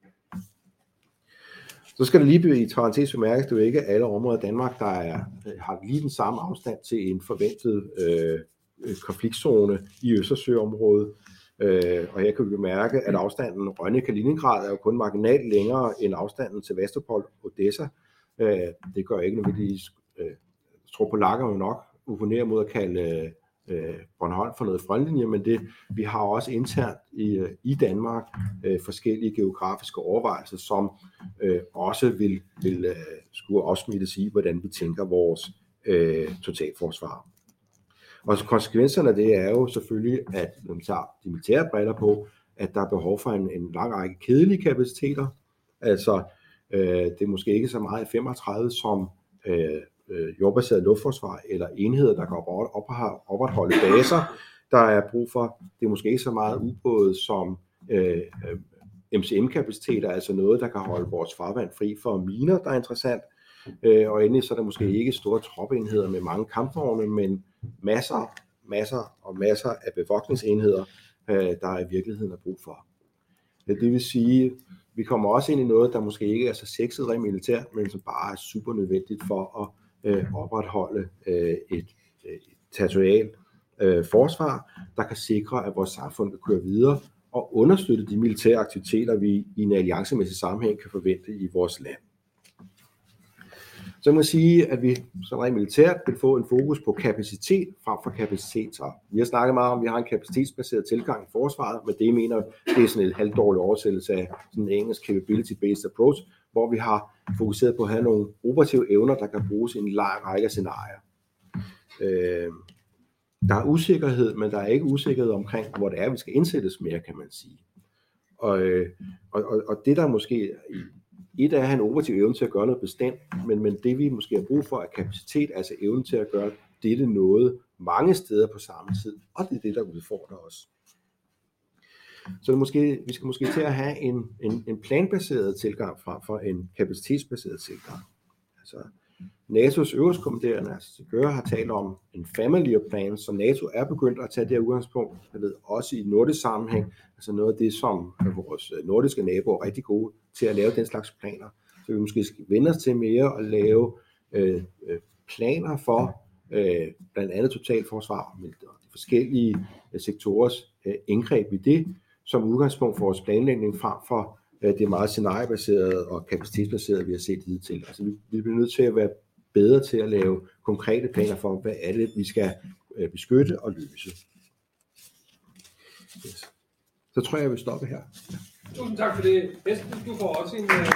Så skal det lige blive i parentes bemærkes, det er jo ikke alle områder i Danmark, der er, har lige den samme afstand til en forventet øh, konfliktzone i Østersøområdet. Øh, og her kan vi bemærke, at afstanden Rønne-Kaliningrad er jo kun marginalt længere end afstanden til Vestopol og Odessa. Øh, det gør ikke nødvendigvis, øh, jeg tror polakker jo nok opponerer mod at kalde øh, Bornholm for noget frontlinje, men det, vi har også internt i, i Danmark øh, forskellige geografiske overvejelser, som øh, også vil, vil øh, skulle afsmittes i, hvordan vi tænker vores øh, totalforsvar. Og så konsekvenserne af det er jo selvfølgelig, at når man tager de militære briller på, at der er behov for en, en lang række kedelige kapaciteter. Altså, øh, det er måske ikke så meget F femogtredive som øh, jordbaseret luftforsvar eller enheder, der kan opretholde baser, der er brug for. Det er måske ikke så meget ubåde som øh, M C M-kapaciteter, altså noget, der kan holde vores farvand fri for miner, der er interessant. Øh, og endelig så er der måske ikke store troppeenheder med mange kampvogne, men masser, masser og masser af bevogtningsenheder, øh, der i virkeligheden er brug for. Det vil sige, vi kommer også ind i noget, der måske ikke er så sexet rent militært, men som bare er super nødvendigt for at øh, opretholde øh, et, et territorialt øh, forsvar, der kan sikre, at vores samfund kan køre videre og understøtte de militære aktiviteter, vi i en alliancemæssig sammenhæng kan forvente i vores land. Så man kan sige, at vi som rent militært vil få en fokus på kapacitet frem for kapacitet. Så vi har snakket meget om, at vi har en kapacitetsbaseret tilgang i forsvaret, men det mener det er sådan en halvdårlig oversættelse af sådan en engelsk capability-based approach, hvor vi har fokuseret på at have nogle operative evner, der kan bruges i en lang række scenarier. Øh, der er usikkerhed, men der er ikke usikkerhed omkring, hvor det er, vi skal indsættes mere, kan man sige. Og, og, og, og det der måske et er at have en operativ evne til at gøre noget bestemt, men, men det vi måske har brug for er kapacitet, altså evnen til at gøre dette noget mange steder på samme tid, og det er det, der udfordrer os. Så det måske, vi skal måske til at have en, en, en planbaseret tilgang frem for en kapacitetsbaseret tilgang. Altså, N A T O's øverstkommanderende, altså Gør, har talt om en family of plans, så NATO er begyndt at tage det her udgangspunkt. Jeg ved også i nordisk sammenhæng, altså noget af det, som vores nordiske naboer er rigtig gode til at lave den slags planer. Så vi måske skal vende os til mere at lave øh, planer for øh, blandt andet totalforsvar med de forskellige øh, sektorers øh, indgreb i det, som udgangspunkt for vores planlægning frem for øh, det meget scenariebaserede og kapacitetsbaserede, vi har set hidtil. Altså, vi, vi bliver nødt til at være bedre til at lave konkrete planer for, hvad er det, vi skal øh, beskytte og løse. Yes. Så tror jeg, jeg vil stoppe her. Tusind tak for det. Esben, du får også en... Uh...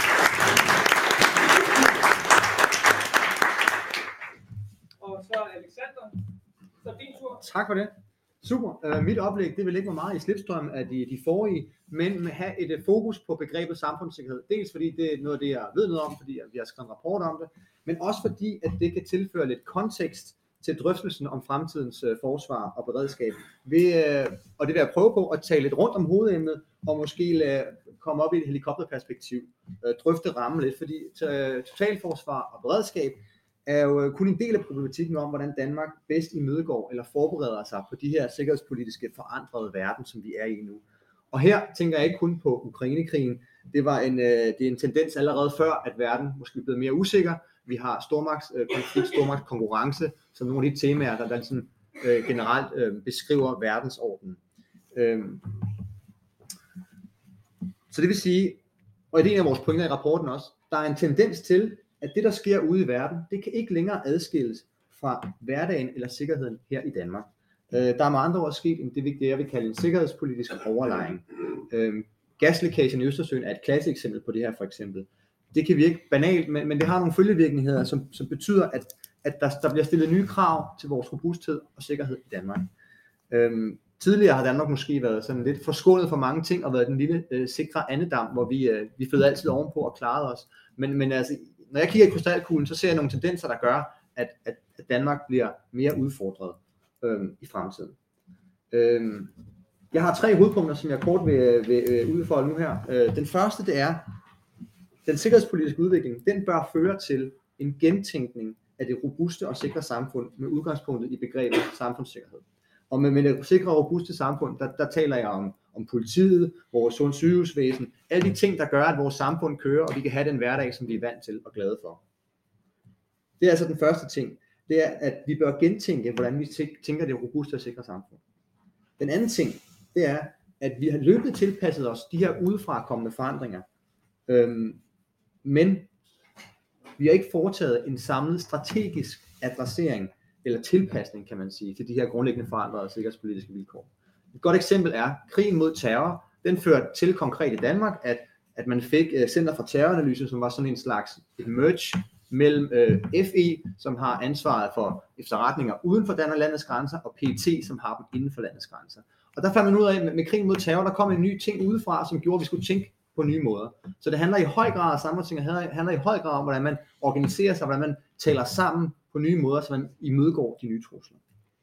Og så Alexander, så din tur. Tak for det. Super. Uh, mit oplæg, det vil ligge mig meget i slipstrømmen af de, de forrige, men med have et uh, fokus på begrebet samfundssikkerhed. Dels fordi det er noget af det, jeg ved noget om, fordi vi har skrevet en rapport om det, men også fordi, at det kan tilføre lidt kontekst til drøftelsen om fremtidens uh, forsvar og beredskab. Ved, uh, og det vil jeg prøve på at tale lidt rundt om hovedemnet, og måske lade, komme op i et helikopterperspektiv, uh, drøfte rammen lidt, fordi uh, totalforsvar og beredskab er jo kun en del af problematikken om, hvordan Danmark bedst imødegår eller forbereder sig på de her sikkerhedspolitiske forandrede verden, som vi er i nu. Og her tænker jeg ikke kun på Ukrainekrigen. Det var en, det er en tendens allerede før, at verden måske er blevet mere usikker. Vi har stormagtskonflikt, stormagtskonkurrence, som nogle af de temaer, der, der ligesom, øh, generelt øh, beskriver verdensordenen. Øhm. Så det vil sige, og det er en af vores pointer i rapporten også, der er en tendens til, at det, der sker ude i verden, det kan ikke længere adskilles fra hverdagen eller sikkerheden her i Danmark. Øh, der er med andre ord sket en, det, jeg vil kalde en sikkerhedspolitisk overlejring. Øh, gaslækagen i Østersøen er et klassisk eksempel på det her, for eksempel. Det kan virke banalt, men, men det har nogle følgevirkninger, som, som betyder, at, at der, der bliver stillet nye krav til vores robusthed og sikkerhed i Danmark. Øh, tidligere har Danmark måske været sådan lidt forskånet for mange ting, og været den lille øh, sikre andedam, hvor vi, øh, vi flød altid ovenpå og klarede os. Men, men altså, når jeg kigger i krystalkuglen, så ser jeg nogle tendenser, der gør, at, at, at Danmark bliver mere udfordret øhm, i fremtiden. Øhm, jeg har tre hovedpunkter, som jeg kort vil, vil øh, udfolde nu her. Øh, den første, det er, den sikkerhedspolitiske udvikling, den bør føre til en gentænkning af det robuste og sikre samfund med udgangspunktet i begrebet samfundssikkerhed. Og med, med det sikre og robuste samfund, der, der taler jeg om, om politiet, vores sund sygehusvæsen, alle de ting, der gør, at vores samfund kører, og vi kan have den hverdag, som vi er vant til og glade for. Det er altså den første ting. Det er, at vi bør gentænke, hvordan vi tænker det robuste og sikre samfund. Den anden ting, det er, at vi har løbende tilpasset os de her udefra kommende forandringer. Øhm, men vi har ikke foretaget en samlet strategisk adressering eller tilpasning, kan man sige, til de her grundlæggende forandrede sikkerhedspolitiske vilkår. Et godt eksempel er krigen mod terror. Den førte til konkret i Danmark, at, at man fik uh, Center for Terroranalyse, som var sådan en slags et merge mellem uh, F E, som har ansvaret for efterretninger uden for landets grænser, og P E T, som har dem inden for landets grænser. Og der fandt man ud af, at med, med krigen mod terror, der kom en ny ting udefra, som gjorde, at vi skulle tænke på nye måder. Så det handler i høj grad om samfundssikkerhed, det handler i høj grad om, hvordan man organiserer sig, hvordan man taler sammen på nye måder, så man imødegår de nye trusler.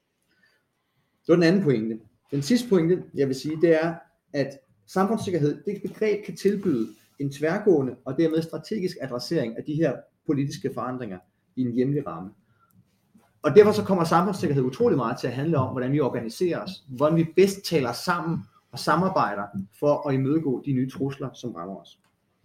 Det var den anden pointe. Den sidste pointe, jeg vil sige, det er, at samfundssikkerhed, det begreb kan tilbyde en tværgående og dermed strategisk adressering af de her politiske forandringer i en hjemlig ramme. Og derfor så kommer samfundssikkerhed utrolig meget til at handle om, hvordan vi organiserer os, hvordan vi bedst taler sammen og samarbejder for at imødegå de nye trusler, som rammer os.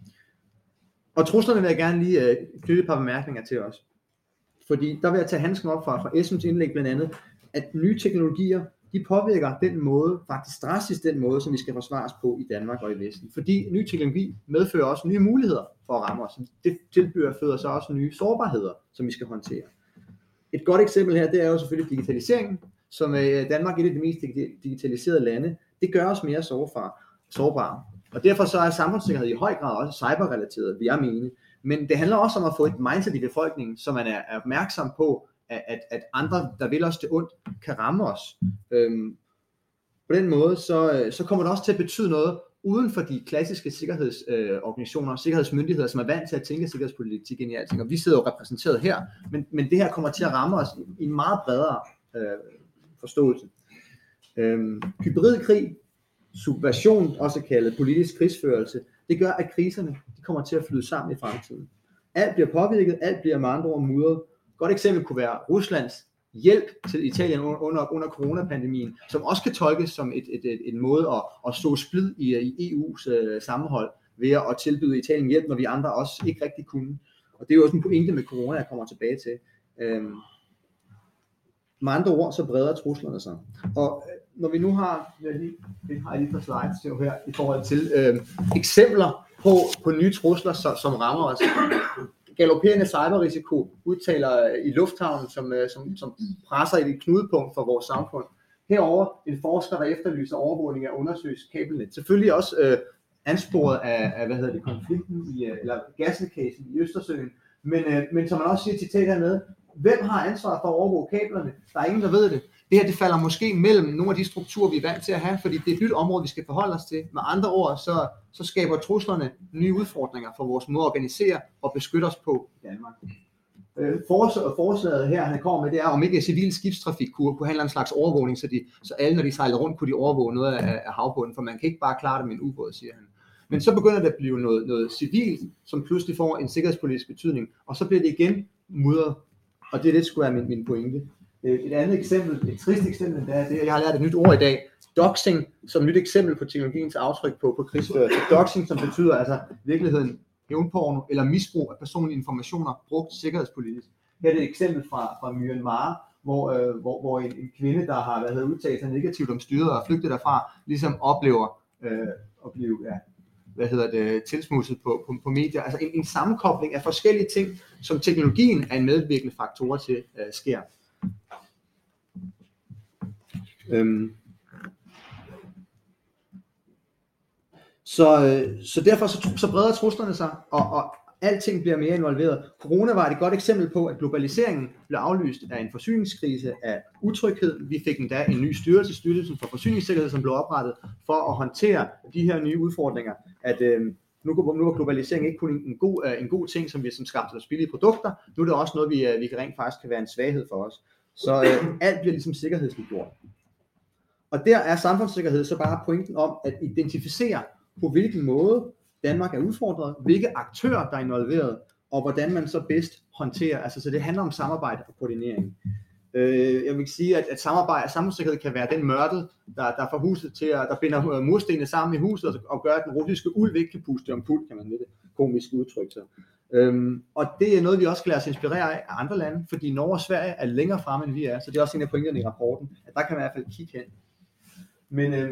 Og truslerne vil jeg gerne lige uh, knytte et par bemærkninger til os. Fordi der vil jeg tage handsken op fra, fra Esbens indlæg blandt andet, at nye teknologier, de påvirker den måde, faktisk drastisk den måde, som vi skal forsvares på i Danmark og i Vesten. Fordi ny teknologi medfører også nye muligheder for at ramme os. Det tilbyder føder så også nye sårbarheder, som vi skal håndtere. Et godt eksempel her, det er jo selvfølgelig digitaliseringen, som er Danmark er et af de mest digitaliserede lande. Det gør os mere sårbare. Og derfor så er samfundssikkerhed i høj grad også cyberrelateret, vil jeg mene. Men det handler også om at få et mindset i befolkningen, så man er opmærksom på, at, at andre, der vil os det ondt, kan ramme os. Øhm, på den måde, så, så kommer det også til at betyde noget uden for de klassiske sikkerhedsorganisationer og sikkerhedsmyndigheder, som er vant til at tænke sikkerhedspolitik ind i alting. Og vi sidder jo repræsenteret her, men, men det her kommer til at ramme os i en meget bredere øh, forståelse. Øhm, hybridkrig, subversion, også kaldet politisk krigsførelse, det gør, at kriserne de kommer til at flyde sammen i fremtiden. Alt bliver påvirket, alt bliver med andre ord mudret. Et godt eksempel kunne være Ruslands hjælp til Italien under, under coronapandemien, som også kan tolkes som et, et, et, en måde at, at så splid i, i E U's uh, sammenhold ved at tilbyde Italien hjælp, når vi andre også ikke rigtig kunne. Og det er jo også en pointe med corona, jeg kommer tilbage til. Øhm, med andre ord, så breder truslerne sig. Og når vi nu har, det har jeg lige på slides her, i forhold til øh, eksempler på, på nye trusler, som, som rammer os. Galopperende cyberrisiko udtaler i lufthavnen, som, som, som presser i et knudepunkt for vores samfund. Herover en forsker, der efterlyser overvågning af undersøgelses kabelnet. Selvfølgelig også øh, ansporet af, af hvad hedder det, konflikten i, eller gaslækagen i Østersøen. Men, øh, men som man også siger citat hernede, hvem har ansvaret for at overvåge kablerne? Der er ingen, der ved det. Det her det falder måske mellem nogle af de strukturer, vi er vant til at have, fordi det er et nyt område, vi skal forholde os til. Med andre ord, så, så skaber truslerne nye udfordringer for vores måde at organisere og beskytte os på i Danmark. Øh, forslaget her, han kommer med, det er, om ikke civil skibstrafik kunne, kunne handle en slags overvågning, så, de, så alle, når de sejler rundt, kunne de overvåge noget af, af havbunden, for man kan ikke bare klare det med en ubåd, siger han. Men så begynder det at blive noget, noget civilt, som pludselig får en sikkerhedspolitisk betydning, og så bliver det igen mudret, og det er det, skulle være min, min pointe. Et andet eksempel, et trist eksempel, det er det, jeg har lært et nyt ord i dag, doxing, som et nyt eksempel på teknologiens aftryk på, på krigsførelse. Doxing, som betyder altså virkeligheden hævnporno eller misbrug af personlige informationer brugt sikkerhedspolitisk. Her er det et eksempel fra, fra Myanmar, hvor, øh, hvor, hvor en, en kvinde, der har været udtalt sig negativt om styret og flygtet derfra, ligesom oplever øh, at blive ja, hvad hedder det, tilsmusset på, på, på medier. Altså en, en sammenkobling af forskellige ting, som teknologien er en medvirkende faktor til øh, sker. Øhm. Så, så derfor så, så breder truslerne sig, og, og alting bliver mere involveret. Corona var et godt eksempel på, at globaliseringen blev aflyst af en forsyningskrise, af utryghed. Vi fik endda en ny styrelse, Styrelsen for Forsyningssikkerhed, som blev oprettet for at håndtere de her nye udfordringer. At øhm, nu, nu er globalisering ikke kun en god, en god ting, som vi som skabte os billige produkter. Nu er det også noget, vi, vi kan rent faktisk kan være en svaghed for os. Så øh, alt bliver ligesom sikkerhedsligt gjort. Og der er samfundssikkerhed så bare pointen om at identificere, på hvilken måde Danmark er udfordret, hvilke aktører der er involveret, og hvordan man så bedst håndterer. Altså, så det handler om samarbejde og koordinering. Øh, jeg vil sige, at, at samarbejde og samfundssikkerhed kan være den mørtel, der, der får huset til at, der binder murstenene sammen i huset, og, og gør, at den russiske ulv ikke kan puste om pult, kan man lidt komisk udtrykke sig. Øhm, og det er noget, vi også kan lade os inspirere af andre lande, fordi Norge og Sverige er længere fremme, end vi er, så det er også en af pointerne i rapporten, at der kan man i hvert fald kigge hen. Men øh,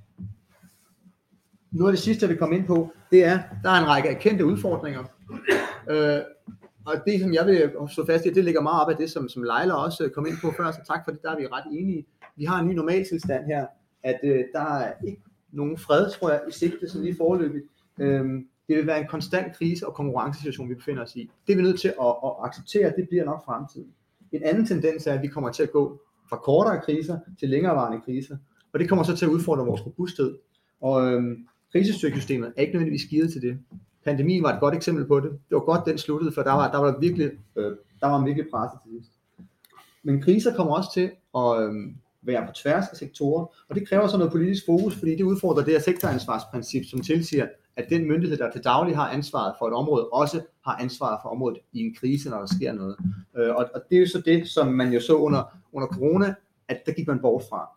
noget af det sidste, jeg vil komme ind på, det er, der er en række erkendte udfordringer. Øh, og det, som jeg vil stå fast i, det ligger meget op af det, som, som Leila også kom ind på før, så tak for det, der er vi ret enige. Vi har en ny normaltilstand her, at øh, der er ikke nogen fred, tror jeg, i sigte, som lige foreløbigt. Øh, det vil være en konstant krise- og konkurrencesituation, vi befinder os i. Det er vi nødt til at, at acceptere, det bliver nok fremtiden. En anden tendens er, at vi kommer til at gå fra kortere kriser til længerevarende kriser. Og det kommer så til at udfordre vores robusthed. Og øhm, krisestyrkesystemet er ikke nødvendigvis givet til det. Pandemien var et godt eksempel på det. Det var godt, den sluttede, for der var, der var, virkelig, øh, der var virkelig presset til sidst. Men kriser kommer også til at øhm, være på tværs af sektorer, og det kræver så noget politisk fokus, fordi det udfordrer det her sektoransvarsprincip, som tilsiger, at den myndighed, der til daglig har ansvaret for et område, også har ansvaret for området i en krise, når der sker noget. Øh, og, og det er jo så det, som man jo så under, under corona, at der gik man bort fra.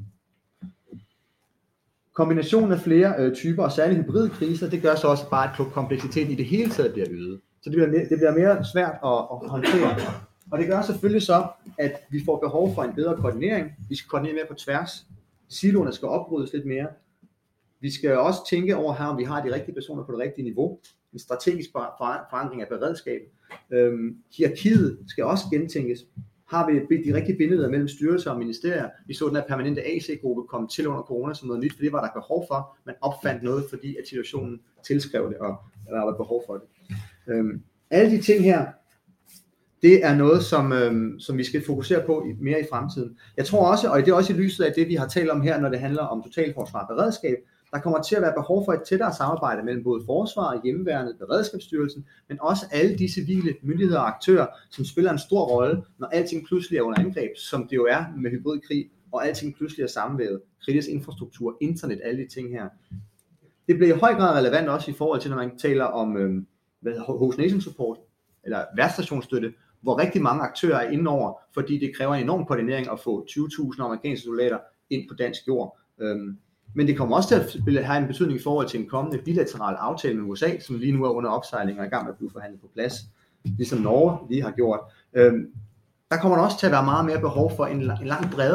Kombinationen af flere øh, typer, og særligt hybride kriser, det gør så også bare, at kompleksiteten i det hele taget bliver øget. Så det bliver, mere, det bliver mere svært at, at håndtere. Og det gør selvfølgelig så, at vi får behov for en bedre koordinering. Vi skal koordinere mere på tværs. Siloerne skal opbrydes lidt mere. Vi skal også tænke over her, om vi har de rigtige personer på det rigtige niveau. En strategisk forandring af beredskab. Øhm, hierarkiet skal også gentænkes. Har vi de rigtige billeder mellem styrelser og ministerier? Vi så den her permanente A C-gruppe komme til under corona som noget nyt, for det var der behov for. Man opfandt noget, fordi at situationen tilskrev det, og der var behov for det. Øhm, alle de ting her, det er noget, som, øhm, som vi skal fokusere på mere i fremtiden. Jeg tror også, og det er også i lyset af det, vi har talt om her, når det handler om totalforsvar og beredskab, der kommer til at være behov for et tættere samarbejde mellem både forsvar, hjemmeværnet, beredskabsstyrelsen, men også alle de civile myndigheder og aktører, som spiller en stor rolle, når alting pludselig er under angreb, som det jo er med hybridkrig, og alting pludselig er sammenvævet, kritisk infrastruktur, internet, alle de ting her. Det bliver i høj grad relevant også i forhold til, når man taler om øhm, host nation support, eller værtsstationsstøtte, hvor rigtig mange aktører er inde over, fordi det kræver en enorm koordinering at få tyve tusind amerikanske soldater ind på dansk jord. Øhm, Men det kommer også til at have en betydning i forhold til en kommende bilateral aftale med U S A, som lige nu er under opsejling og er i gang med at blive forhandlet på plads, ligesom Norge lige har gjort. Øhm, der kommer der også til at være meget mere behov for en, en langt bredere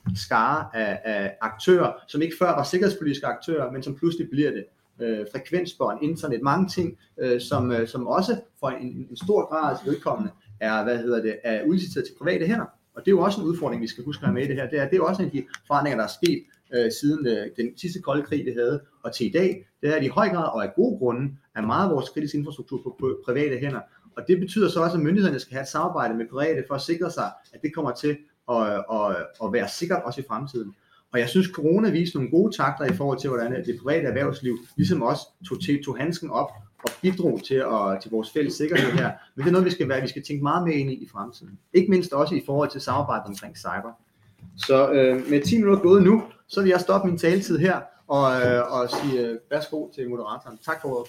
skare af, af aktører, som ikke før var sikkerhedspolitiske aktører, men som pludselig bliver det. Øh, frekvensbånd, internet, mange ting, øh, som, øh, som også for en, en stor grad til vedkommende er, hvad hedder det, er udliciteret til private hænder. Og det er jo også en udfordring, vi skal huske at have med i det her. Det er, det er jo også en af de forandringer, der er sket øh, siden øh, den sidste kolde krig, vi havde, og til i dag. Det er, at i høj grad og af gode grunde er meget af vores kritiske infrastruktur på, på private hænder. Og det betyder så også, at myndighederne skal have et samarbejde med private for at sikre sig, at det kommer til at, at, at være sikkert også i fremtiden. Og jeg synes, corona viste nogle gode takter i forhold til, hvordan det private erhvervsliv ligesom også tog, til, tog handsken op og bidrog til, at, til vores fælles sikkerhed her. Men det er noget, vi skal, være, vi skal tænke meget mere ind i i fremtiden. Ikke mindst også i forhold til samarbejdet omkring cyber. Så øh, med ti minutter gået nu, så vil jeg stoppe min taletid her og, øh, og sige øh, værsgo til moderatoren. Tak for ordet.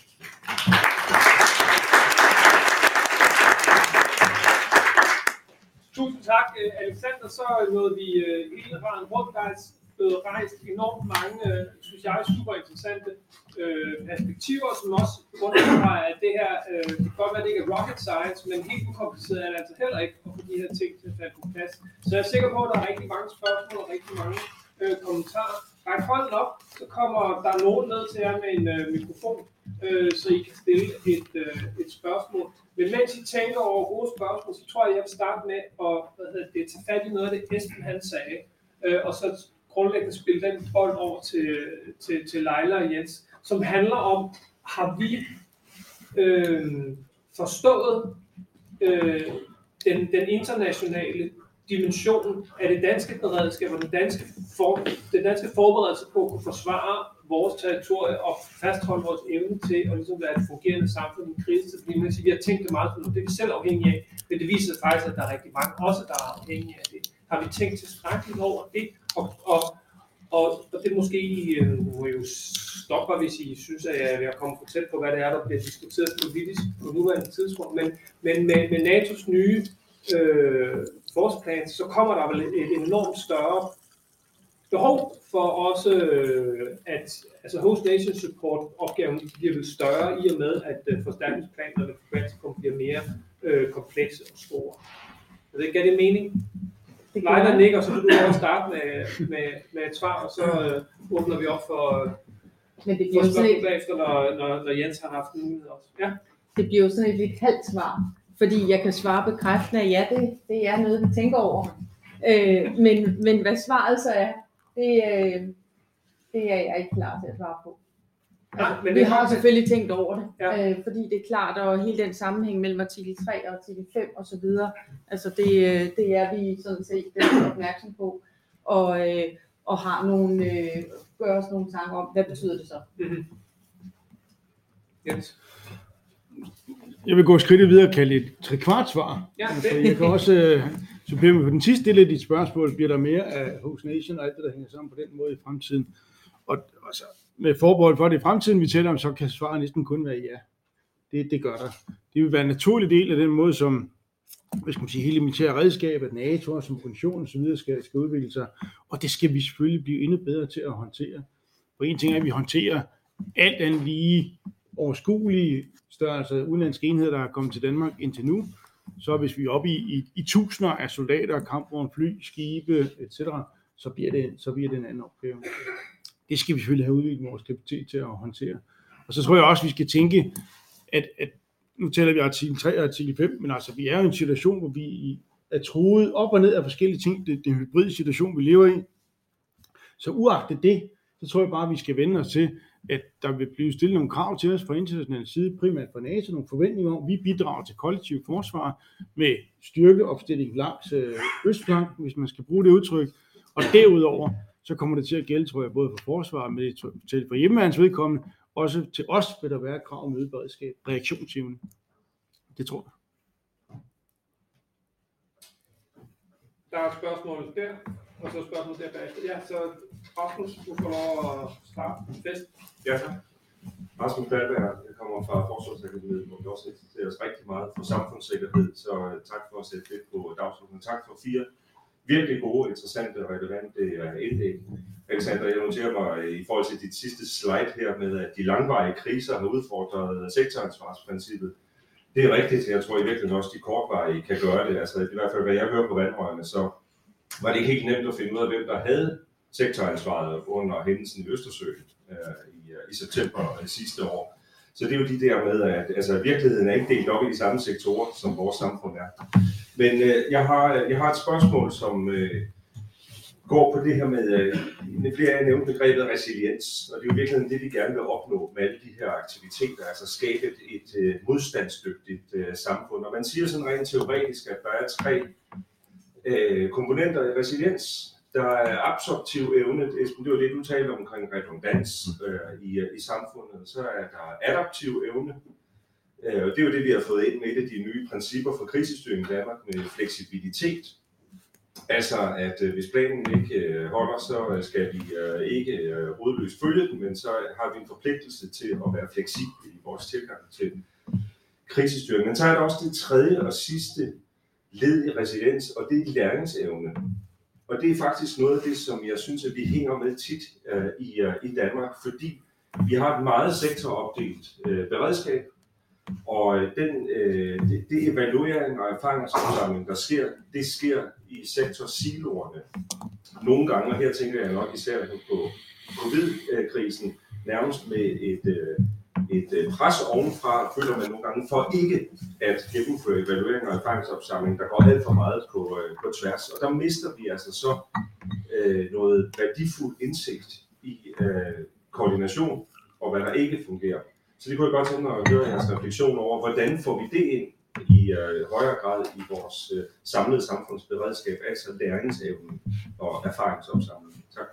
Tusind tak, Alexander. Så nåede vi hele vejen rundt. Der er blevet rejst enormt mange, synes jeg, super interessante øh, perspektiver, som også understreger, at det her, øh, det kan godt være, at det ikke er rocket science, men helt ukompliceret er det altså heller ikke at få de her ting til at falde på plads. Så jeg er sikker på, at der er rigtig mange spørgsmål og rigtig mange øh, kommentarer. Ræk hånden op, så kommer der nogen ned til jer med en øh, mikrofon, øh, så I kan stille et, øh, et spørgsmål. Men mens I tænker over gode spørgsmål, så tror jeg, jeg vil starte med at hvad hedder det, tage fat i noget af det, Esben han sagde, øh, og så grundlæggende spille den bold over til, til, til Leila og Jens, som handler om, har vi øh, forstået øh, den, den internationale dimension af det danske beredskab og den danske, for, den danske forberedelse på at kunne forsvare vores territorie og fastholde vores evne til at ligesom være et fungerende samfund i krise. Fordi man siger, vi har tænkt det meget på nu, det er vi selv afhængige af, men det viser sig faktisk, at der er rigtig mange også, der er afhængige af det. Har vi tænkt tilstrækkeligt over det? Og, og, og, og det er måske, øh, må jo stoppe, hvis I synes, at jeg er ved at komme for tæt på, hvad det er, der bliver diskuteret politisk på nuværende tidspunkt. Men, men med, med NATO's nye øh, forsvarsplan, så kommer der vel et enormt større behov for også, at altså host nation support opgaven bliver vel større i og med, at forstærkningsplanerne for Baltikum bliver mere øh, komplekse og store. Jeg ved ikke, er det mening? Leila nikker, så vil du også starte med, med, med et svar, og så øh, åbner vi op for, Men det for spørgsmål bagefter, når, når, når Jens har haft en mulighed også. Ja? Det bliver jo sådan et lidt halvt svar, fordi jeg kan svare bekræftende, at ja, det, det er noget, vi tænker over. Øh, men, men hvad svaret så er, Det, øh, det er jeg ikke klar til at svare på. Altså, Nej, men vi har har selvfølgelig tænkt over det, ja. øh, fordi det er klart, og hele den sammenhæng mellem artikel tre og artikel fem og så videre, altså det, det er vi sådan set opmærksom på, og, øh, og har nogle, øh, gør os nogle tanker om, hvad betyder det så? Mm-hmm. Yes. Jeg vil gå skridtet videre og kalde et trekvartsvar. Ja, altså, jeg kan også øh, supplere med på den sidste del af dit spørgsmål, bliver der mere af host nation og alt det, der hænger sammen på den måde i fremtiden. Og altså, med forbehold for det i fremtiden, vi taler om, så kan svaret næsten kun være ja. Det, det gør der. Det vil være en naturlig del af den måde, som hvad skal man sige, hele militære redskab, at NATO som funktion og så videre skal, skal udvikle sig. Og det skal vi selvfølgelig blive endnu bedre til at håndtere. For en ting er, at vi håndterer alt andet lige overskuelige størrelse udenlandske enheder, der er kommet til Danmark indtil nu. Så hvis vi er oppe i, i, i tusinder af soldater, kampvogne, fly, skibe, et cetera, så bliver det, så bliver det en anden opgave. Det skal vi selvfølgelig have udviklet vores kapacitet til at håndtere. Og så tror jeg også, vi skal tænke, at, at nu taler vi artikel tre og artikel fem, men altså vi er i en situation, hvor vi er truet op og ned af forskellige ting. Det, det er en hybrid situation, vi lever i. Så uagtet det, så tror jeg bare, at vi skal vende os til, at der vil blive stillet nogle krav til os fra international side, primært fra NATO, nogle forventninger om, at vi bidrager til kollektiv forsvar med styrkeopstilling langs øh, østflanken, hvis man skal bruge det udtryk. Og derudover, så kommer det til at gælde, tror jeg, både for forsvar, men det til for hjemmeværens vedkommende, også til os vil der være et krav om øget beredskab, reaktionsevne. Det tror jeg. Der er spørgsmål der, og så spørgsmål der bagefter. Ja, så Rasmus, du får lov at starte fest. Ja, tak. Rasmus Dahlberg, jeg kommer fra Forsvarsakademiet, hvor vi også interesserer os rigtig meget for samfundssikkerhed, så tak for at sætte det på dagsordenen. Tak for fire virkelig gode, interessante og relevante indlæg. Alexander, jeg noterer mig i forhold til dit sidste slide her med, at de langvarige kriser har udfordret sektoransvarsprincippet. Det er rigtigt, jeg tror i virkeligheden også, at de kortvarige kan gøre det. Altså i hvert fald, hvad jeg hører på vandrørene, så var det ikke helt nemt at finde ud af, hvem der havde sektoransvaret under hændelsen i Østersøen øh, i, i september sidste år. Så det er jo de der med, at altså, virkeligheden er ikke delt op i de samme sektorer, som vores samfund er. Men øh, jeg, har, jeg har et spørgsmål, som øh, går på det her med, øh, flere af jer nævnte begrebet resiliens, og det er jo virkelig det, vi gerne vil opnå med alle de her aktiviteter, altså skabe et, et øh, modstandsdygtigt øh, samfund. Og man siger sådan rent teoretisk, at der er tre øh, komponenter i resiliens. Der er absorptiv evne, det var det, du talte omkring redundans øh, i, i samfundet. Så er der adaptiv evne, øh, og det er jo det, vi har fået ind med et af de nye principper for krisestyring i Danmark med fleksibilitet. Altså, at øh, hvis planen ikke øh, holder, så skal vi øh, ikke øh, rodløst følge den, men så har vi en forpligtelse til at være fleksible i vores tilgang til krisestyring. Men så er der også det tredje og sidste led i resiliens, og det er læringsevne. Og det er faktisk noget af det, som jeg synes, at vi hænger med tit øh, i, øh, i Danmark, fordi vi har et meget sektoropdelt øh, beredskab, og den, øh, det, det evaluering og erfaringsopsamling, der sker, det sker i sektorsiloerne. Nogle gange, og her tænker jeg nok især på covid-krisen, nærmest med et, øh, et pres ovenfra, føler man nogle gange for ikke at gennemføre evaluering og erfaringsopsamling, der går alt for meget på, øh, på tværs. Og der mister vi altså så øh, noget værdifuld indsigt i øh, koordination og hvad der ikke fungerer. Så det kunne jeg godt tænke mig at høre jeres refleksion over, hvordan får vi det ind i øh, højere grad i vores øh, samlede samfundsberedskab, altså læringsevnen og erfaringsopsamling. Tak.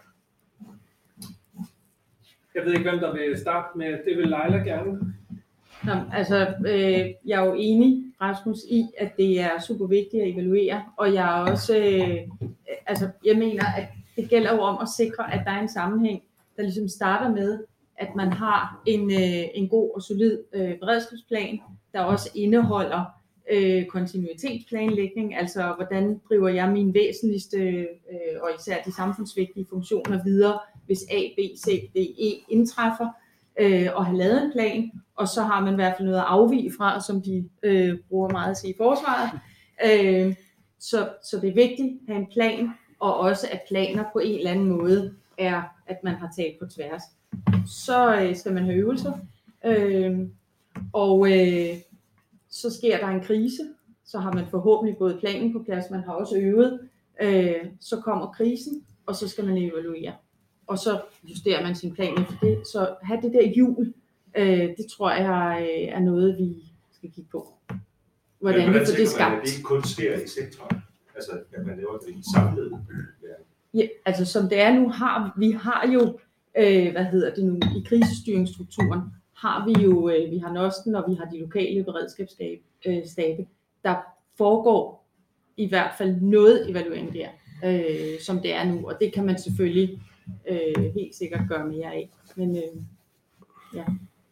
Jeg ved ikke, hvem der vil starte med. Det vil Leila gerne. Nå, altså, øh, jeg er jo enig, Rasmus, i, at det er super vigtigt at evaluere, og jeg er også, øh, altså, jeg mener, at det gælder jo om at sikre, at der er en sammenhæng, der ligesom starter med, at man har en, øh, en god og solid øh, beredskabsplan, der også indeholder øh, kontinuitetsplanlægning, altså hvordan driver jeg mine væsentligste øh, og især de samfundsvigtige funktioner videre, hvis A, B, C, D, E indtræffer, øh, og har lavet en plan, og så har man i hvert fald noget at afvige fra, som de øh, bruger meget at sige i forsvaret. Øh, så, så det er vigtigt at have en plan, og også at planer på en eller anden måde er, at man har talt på tværs. Så øh, skal man have øvelser, øh, og øh, så sker der en krise, så har man forhåbentlig både planen på plads, man har også øvet, øh, så kommer krisen, og så skal man evaluere, og så justerer man sin plan efter det. Så have det der hjul, øh, det tror jeg øh, er noget, vi skal kigge på. Hvordan, hvordan vi får det skabt. Man, at det ikke kun sker i sektoren, altså at man laver det i samlet? Ja, altså som det er nu, har vi har jo Øh, hvad hedder det nu, i krisestyringsstrukturen har vi jo, øh, vi har Nosten, og vi har de lokale beredskabsstabe, øh, stabe. Der foregår i hvert fald noget evaluering der, øh, som det er nu, og det kan man selvfølgelig øh, helt sikkert gøre mere af. Men øh, ja.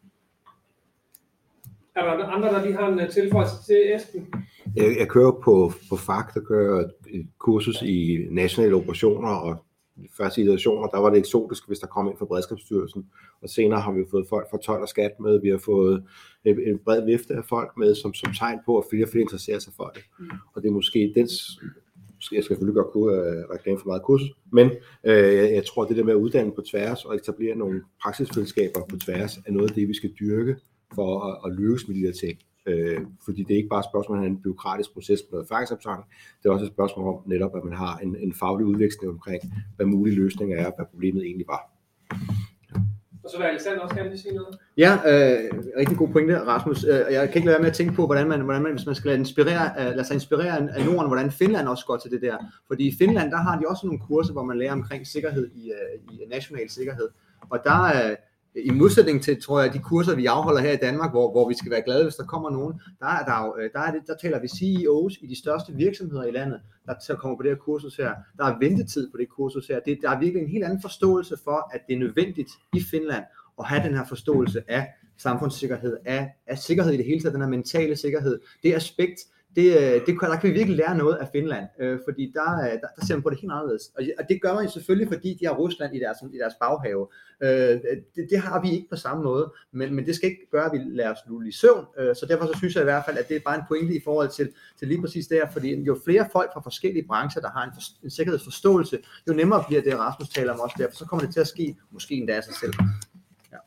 Er der andre, der lige har en tilføjelse til Esben? Jeg, jeg kører på, på F A C, der kører et kursus i nationale operationer, og de første iterationer, der var det eksotisk, hvis der kom ind fra Beredskabsstyrelsen, og senere har vi fået folk fra told og skat med, vi har fået en bred vifte af folk med, som, som tegn på, at flere og flere interesserer sig for det. Mm. Og det er måske dens, måske jeg skal selvfølgelig godt kunne uh, reklame for meget kursus, men øh, jeg, jeg tror, at det der med at uddanne på tværs og etablere nogle praksisfællesskaber på tværs, er noget af det, vi skal dyrke for at, at lykkes med de der ting. Øh, fordi det er ikke bare et spørgsmål om en byråkratisk proces på noget erfaringsopsamling, det er også et spørgsmål om netop, at man har en, en faglig udveksling omkring, hvad mulige løsninger er, og hvad problemet egentlig var. Og så vil Alexander også gerne sige noget. Ja, øh, rigtig god pointe, Rasmus. Jeg kan ikke lade være med at tænke på, hvordan man, hvordan man hvis man skal lade, inspirere, lade sig inspirere af Norden, hvordan Finland også går til det der. Fordi i Finland, der har de også nogle kurser, hvor man lærer omkring sikkerhed i, i national sikkerhed. Og der er i modsætning til, tror jeg, de kurser, vi afholder her i Danmark, hvor, hvor vi skal være glade, hvis der kommer nogen, der, er der, jo, der, er det, der taler vi C E O's i de største virksomheder i landet, der kommer på det her kursus her. Der er ventetid på det kursus her. Det, der er virkelig en helt anden forståelse for, at det er nødvendigt i Finland at have den her forståelse af samfundssikkerhed, af, af sikkerhed i det hele taget, den her mentale sikkerhed. Det aspekt, det, det, der kan vi virkelig lære noget af Finland, øh, fordi der, der, der ser man på det helt anderledes. Og, og det gør man jo selvfølgelig, fordi de har Rusland i deres, i deres baghave. Øh, det, det har vi ikke på samme måde, men, men det skal ikke gøre, at vi lader os lulle i søvn. Øh, så derfor så synes jeg i hvert fald, at det er bare en pointe i forhold til, til lige præcis det her, fordi jo flere folk fra forskellige brancher, der har en, for, en sikkerhedsforståelse, jo nemmere bliver det, Rasmus taler om også derfor, så kommer det til at ske, måske endda af sig selv. Ja.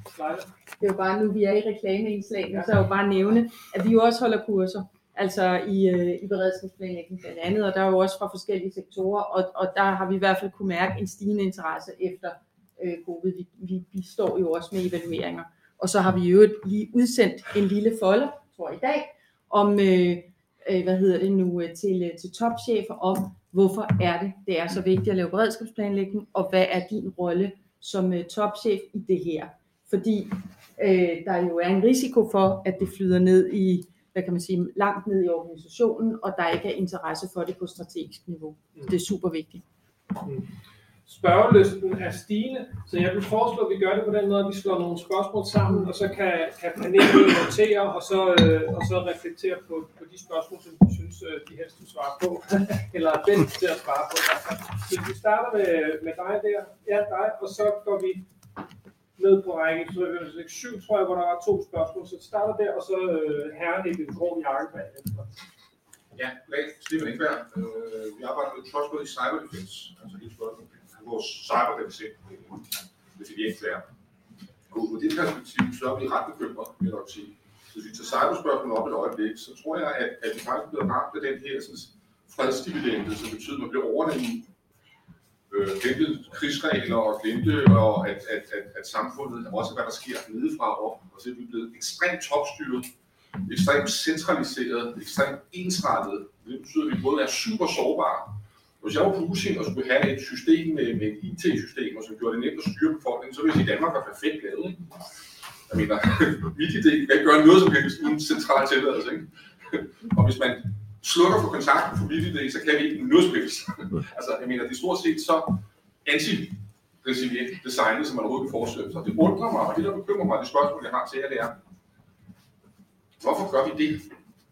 Det er jo bare, nu vi er i reklameindslagene, så er jo bare nævne, at vi jo også holder kurser. Altså i, øh, i beredskabsplanlægning blandt andet, og der er jo også fra forskellige sektorer, og, og der har vi i hvert fald kunne mærke en stigende interesse efter øh, covid. Vi, vi, vi står jo også med evalueringer, og så har vi jo lige udsendt en lille folder, tror jeg i dag, om, øh, øh, hvad hedder det nu, til, til topchefer om, hvorfor er det, det er så vigtigt at lave beredskabsplanlægning, og hvad er din rolle som øh, topchef i det her. Fordi øh, der jo er en risiko for, at det flyder ned i hvad kan man sige, langt ned i organisationen, og der ikke er interesse for det på strategisk niveau. Det er super vigtigt. Mm. Spørgelysten er stigende, så jeg vil foreslå, at vi gør det på den måde, at vi slår nogle spørgsmål sammen, og så kan, kan panelet notere, og så, øh, og så reflektere på, på de spørgsmål, som de synes, de helst vil svare på, eller er bedst til at svare på. Så vi starter med, med dig der, ja dig, og så går vi ned på række syv, tror jeg, hvor der var to spørgsmål. Så det starter der, og så øh, herren i den grå jakke bagefter. Ja, goddag. Steven Engberg. Øh, vi arbejder med Trustworthy Cyber Defense, altså hele spørgsmålet. Vores cyberrefleks, hvis vi ikke er. Og ud fra det perspektiv, så er vi ret bekymret, vil jeg nok sige. Så hvis vi tager cyberspørgsmålet op et øjeblik, så tror jeg, at, at vi faktisk bliver ramt af den her sådan, fredsdividende, som betyder, at man bliver overnaiv. Øh, glemte krigsregler og glemte, og at, at, at, at samfundet, også hvad der sker nedefra og op, og så er vi blevet ekstremt topstyret, ekstremt centraliseret, ekstremt ensrettet. Det betyder, at vi både er super sårbare. Hvis jeg var Putin og skulle have et system med, med et I T-system, som gjorde det nemt at styre befolkningen, så ville jeg sige, at Danmark var perfekt lavet. Ikke? Jeg mener, mit idé kan ikke gøre noget som helst uden central tilladelse. Ikke? Og hvis man slukker for kontakten for mit idé, så kan vi ikke noget som helst. Altså, jeg mener, det er stort set så anti-resilient designet, som man overhovedet kan forestille sig. Det undrer mig, og det der bekymrer mig, det spørgsmål, jeg har til jer, det er, hvorfor gør vi det?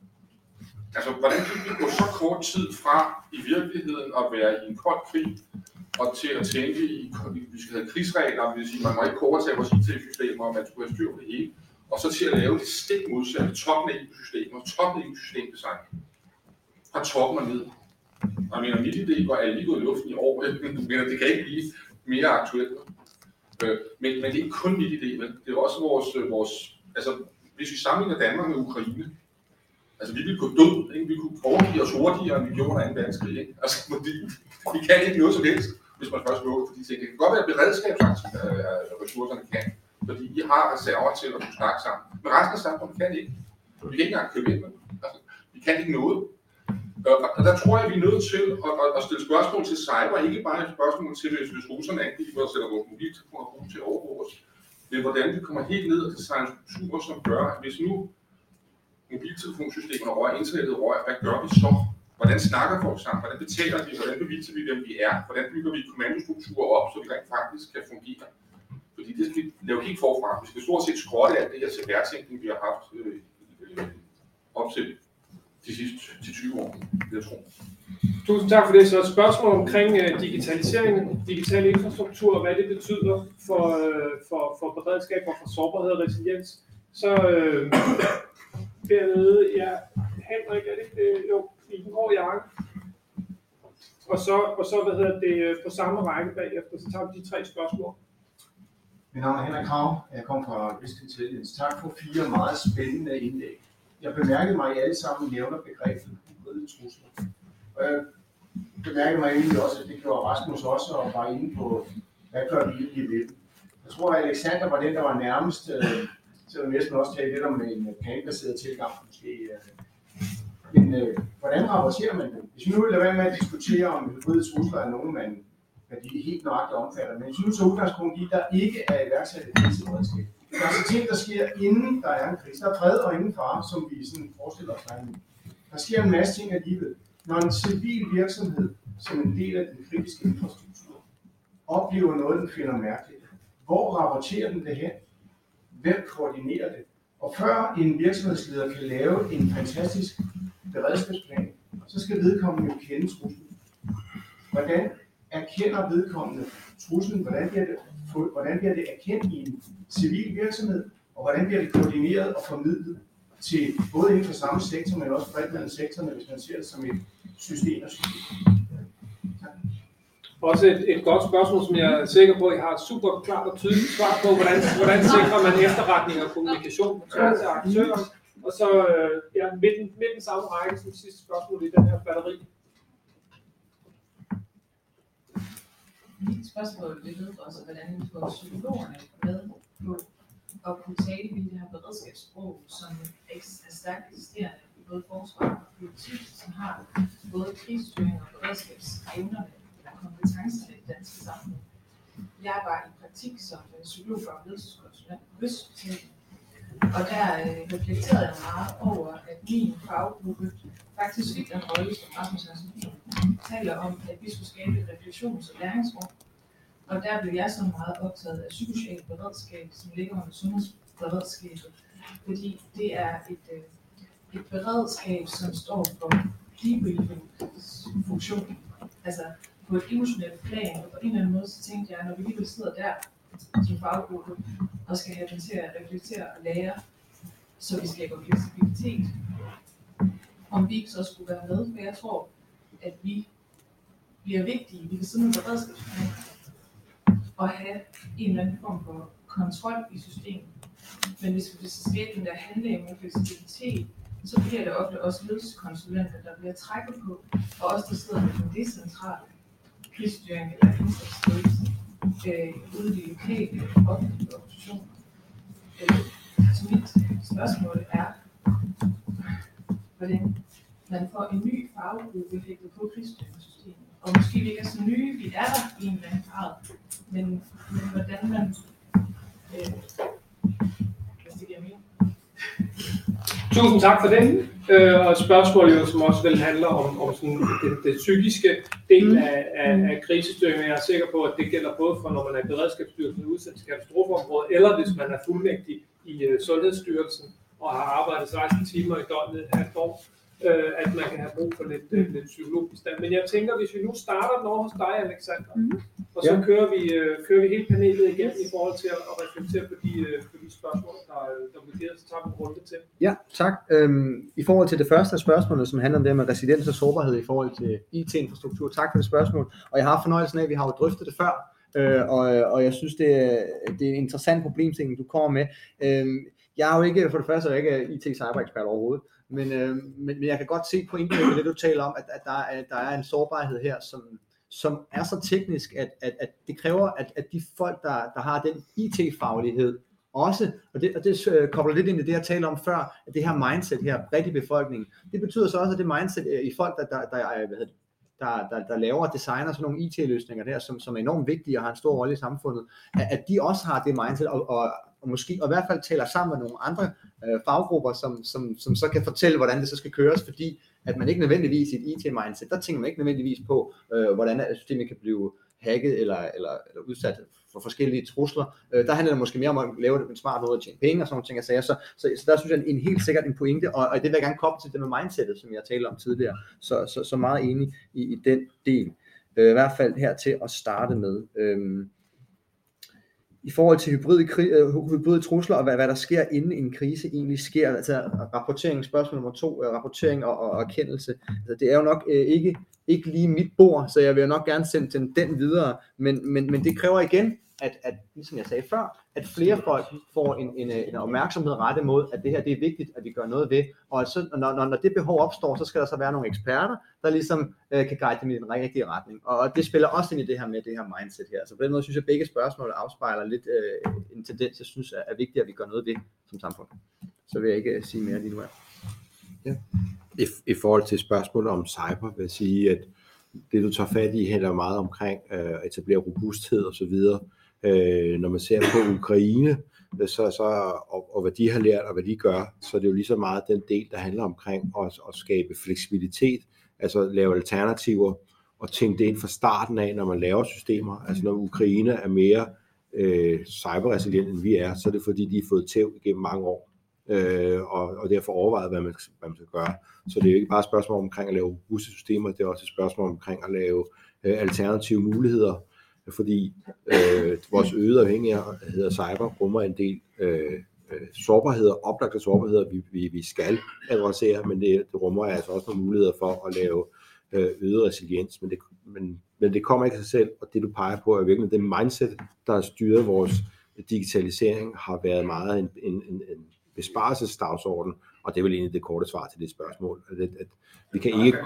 Altså, hvordan kan vi gå så kort tid fra i virkeligheden at være i en kold krig, og til at tænke i, vi skal have krigsregler, det vil sige, man må ikke overtage vores I T-systemer, og man skulle have styr på det hele, og så til at lave det stik modsatte, toppen af I T-systemer, toppen af I T-systemdesign, fra toppen og ned. Og jeg mener, mit idé går alle lige gået i luften i år, men det kan ikke blive mere aktuelt. Men, men det er ikke kun mit idé, vel? Det er også vores, vores, altså, hvis vi sammenligner Danmark med Ukraine, altså vi ville gå død, ikke? Vi kunne overgive os hurtigere, end vi gjorde under anden verdenskrig, ikke? Altså, vi, vi kan ikke noget som helst, hvis man først lukker for de ting. Det kan godt være, at beredskabsressourcerne kan, fordi I har reserver til at kunne snakke sammen. Men resten af samfundet kan ikke. Vi kan ikke engang købe ind med det. Altså, vi kan ikke noget. Og der tror jeg, at vi er nødt til at, at, at stille spørgsmål til cyber, ikke bare et spørgsmål til, hvis, hvis russerne angriber og sætter vores mobiltelefoner og bruger til at overvåge os, men hvordan vi kommer helt ned og designer strukturer, som gør, at hvis nu mobiltelefonsystemerne røg, internettet røg, hvad gør vi så? Hvordan snakker folk sammen? Hvordan betaler vi? Hvordan beviser vi, hvem vi er? Hvordan bygger vi kommandostrukturer op, så vi rent faktisk kan fungere? Fordi det skal vi lave helt forfra. Vi skal stort set skrotte alt det her C V R-tænkning, vi har haft øh, øh, op til de sidste til tyve år, jeg tror. Tusind tak for det. Så et spørgsmål omkring uh, digitalisering, digital infrastruktur, og hvad det betyder for, uh, for, for beredskab og for sårbarhed og resiliens. Så uh, dernede, ja, Henrik, er det ikke det? Jo, i den grå jakke. Og så, og så hvad hedder det, på samme række bagefter, så tager vi de tre spørgsmål. Mit navn er Henrik Krav, jeg kommer fra Risk Intelligence. Tak for fire meget spændende indlæg. Jeg bemærkede mig, at I alle sammen nævner begrebet hybride trusler. Og jeg bemærkede mig egentlig også, at det gjorde Rasmus også, og var inde på, hvad gør vi egentlig ved det. Jeg tror, at Alexander var den, der var nærmest, øh, selvom Esben også talte lidt om en planbaseret tilgang, måske. Øh. Men øh, hvordan rapporterer man det? Hvis vi nu vil lade være med at diskutere, om hybride trusler er nogen, man, hvad de helt nøjagtigt omfatter, men hvis vi nu så udgangspunkt i, der ikke er iværksat et kriseberedskab. Der er så ting, der sker, inden der er en krise. Der er fred og ingen fare, som vi sådan forestiller os derinde. Der sker en masse ting alligevel. Når en civil virksomhed, som en del af den kritiske infrastruktur, oplever noget, den finder mærkeligt, hvor rapporterer den det hen? Hvem koordinerer det? Og før en virksomhedsleder kan lave en fantastisk beredskabsplan, så skal vedkommende jo kende truslen. Hvordan erkender vedkommende truslen? Hvordan bliver det, hvordan bliver det erkendt i en civil virksomhed? Og hvordan bliver det koordineret og formidlet til både inden for samme sektor, men også bredt mellem sektorerne, hvis man ser det som et system og system? Tak. Også et, et godt spørgsmål, som jeg er sikker på, at I har et super klart og tydeligt svar på, hvordan, hvordan sikrer man efterretning og kommunikation på tværs af aktører. Og så øh, ja, midten, midten samme række som sidste spørgsmål i den her batteri. Mit spørgsmål det vedrører også, hvordan vi får psykologerne med på at kunne tale i det her beredskabssprog, som er stærkt eksisterende i både forsvar og politik, som har både krigsstyring og beredskabsevnerne og kompetencerne i det danske samfund. Jeg var i praktik som psykolog og ledelseskonsulent på Rigshospitalet, og der øh, reflekterede jeg meget over, at min faggruppe faktisk fik den rolle, som Rasmus Hansen taler om, at vi skulle skabe et refleksions- og læringsrum. Og der blev jeg så meget optaget af psykosocialt beredskab, som ligger under sundhedsberedskabet, fordi det er et, øh, et beredskab, som står for debriefing-funktionen. Altså på et emotionelt plan, og på en eller anden måde, så tænkte jeg, når vi alligevel sidder der som faggruppe, og skal have den til at reflektere og lære, så vi skaber fleksibilitet, om vi ikke så skulle være med, for jeg tror, at vi bliver vigtige. Vi kan sidde med beredskabsplan og have en eller anden form for kontrol i systemet. Men hvis vi skal skabe den der handleevne og fleksibilitet, så bliver det ofte også ledelseskonsulenter, der bliver trækket på, og også der sidder med den decentrale krigsstyring eller indsatsledelse øh, ude i de lokale offentlige organisationer. Øh, så mit spørgsmål er, hvordan man får en ny faggruppe hægtet på krigsstyringssystemet. Og måske vi ikke er så nye, vi er der i en eller anden grad, men, men hvordan man, øh, hvis det giver mening. Tusind tak for den. Øh, og et spørgsmål, jo, som også vel handler om, om sådan det, det psykiske del af, af, af krisestyringen. Jeg er sikker på, at det gælder både for, når man er i Beredskabsstyrelsen i udsendt katastrofeområdet, eller hvis man er fuldmægtig i uh, Sundhedsstyrelsen og har arbejdet seksten timer i døgnet et halvt år, øh, at man kan have brug for lidt, øh, lidt psykologbistand. Men jeg tænker, hvis vi nu starter noget hos dig, Alexander, mm-hmm. og så ja. kører, vi, øh, kører vi hele panelet igen i forhold til at, at reflektere på de, øh, på de spørgsmål, der, der bliver givet, så tager vi en runde til. Ja, tak. Øhm, I forhold til det første af spørgsmålet, som handler om det med resiliens og sårbarhed i forhold til I T-infrastruktur, tak for det spørgsmål. Og jeg har fornøjelsen af, at vi har jo drøftet det før, øh, og, og jeg synes, det er, det er en interessant problemstilling, du kommer med. Øhm, jeg er jo ikke, for det første, jeg er ikke I T-cyberekspert overhovedet, men, øh, men, men jeg kan godt se pointen med det, du taler om, at, at der, er, der er en sårbarhed her, som, som er så teknisk, at, at, at det kræver, at, at de folk, der, der har den I T-faglighed, også, og det, og det øh, kobler lidt ind i det, jeg talte om før, at det her mindset her, bredt i befolkningen, det betyder så også, at det mindset øh, i folk, der, der, der, der, hvad hedder, der, der, der laver og designer sådan nogle I T-løsninger der, som, som er enormt vigtige og har en stor rolle i samfundet, at, at de også har det mindset, og, og, og måske, og i hvert fald taler sammen med nogle andre øh, faggrupper, som, som, som så kan fortælle, hvordan det så skal køres, fordi at man ikke nødvendigvis i et I T-mindset, der tænker man ikke nødvendigvis på, øh, hvordan systemet kan blive hacket eller, eller, eller udsat for forskellige trusler. Øh, der handler det måske mere om at lave det en smart måde at tjene penge og sådan nogle ting, jeg sagde. Så, så, så der synes jeg en helt sikkert en pointe, og, og det vil jeg gerne koble til det med mindsetet, som jeg talte om tidligere. Så, så, så meget enig i, i den del. Øh, I hvert fald her til at starte med. Øh, I forhold til hybride, kri- hybride trusler og hvad, hvad der sker inden en krise egentlig sker, altså rapportering, spørgsmål nummer to, rapportering og, og erkendelse, altså, det er jo nok øh, ikke, ikke lige mit bord, så jeg vil jo nok gerne sende den, den videre, men, men, men det kræver igen, at, at, ligesom jeg sagde før, at flere folk får en, en, en opmærksomhed rettet mod, at det her det er vigtigt, at vi gør noget ved, og så, når, når, når det behov opstår, så skal der så være nogle eksperter, der ligesom øh, kan guide dem i den rigtige retning, og det spiller også ind i det her med det her mindset her, så på den måde synes jeg, at begge spørgsmål afspejler lidt øh, en tendens, jeg synes er, er vigtigt, at vi gør noget ved som samfund. Så vil jeg ikke sige mere lige nu her. Ja. I, I forhold til spørgsmålet om cyber, vil jeg sige, at det du tager fat i handler meget omkring øh, at etablere robusthed og så videre. Øh, når man ser på Ukraine, så, så, og, og hvad de har lært og hvad de gør, så er det jo lige så meget den del, der handler omkring at, at skabe fleksibilitet, altså lave alternativer og tænke det ind fra starten af, når man laver systemer. Altså når Ukraine er mere øh, cyberresilient end vi er, så er det fordi, de har fået tæv igennem mange år. øh, og, og derfor overvejet, hvad man, hvad man skal gøre. Så det er jo ikke bare et spørgsmål omkring at lave robuste systemer, det er også et spørgsmål omkring at lave øh, alternative muligheder, fordi øh, vores øgede afhængighed af cyber rummer en del øh, øh, sårbarheder, oplagte sårbarheder, vi, vi, vi skal adressere, men det, det rummer altså også nogle muligheder for at lave øh, øget resiliens, men det, men, men det kommer ikke af sig selv, og det du peger på er virkelig det mindset, der har styret vores digitalisering, har været meget en, en, en, en besparelsesdagsorden, og det er vel egentlig det korte svar til det spørgsmål, at, at vi kan ikke...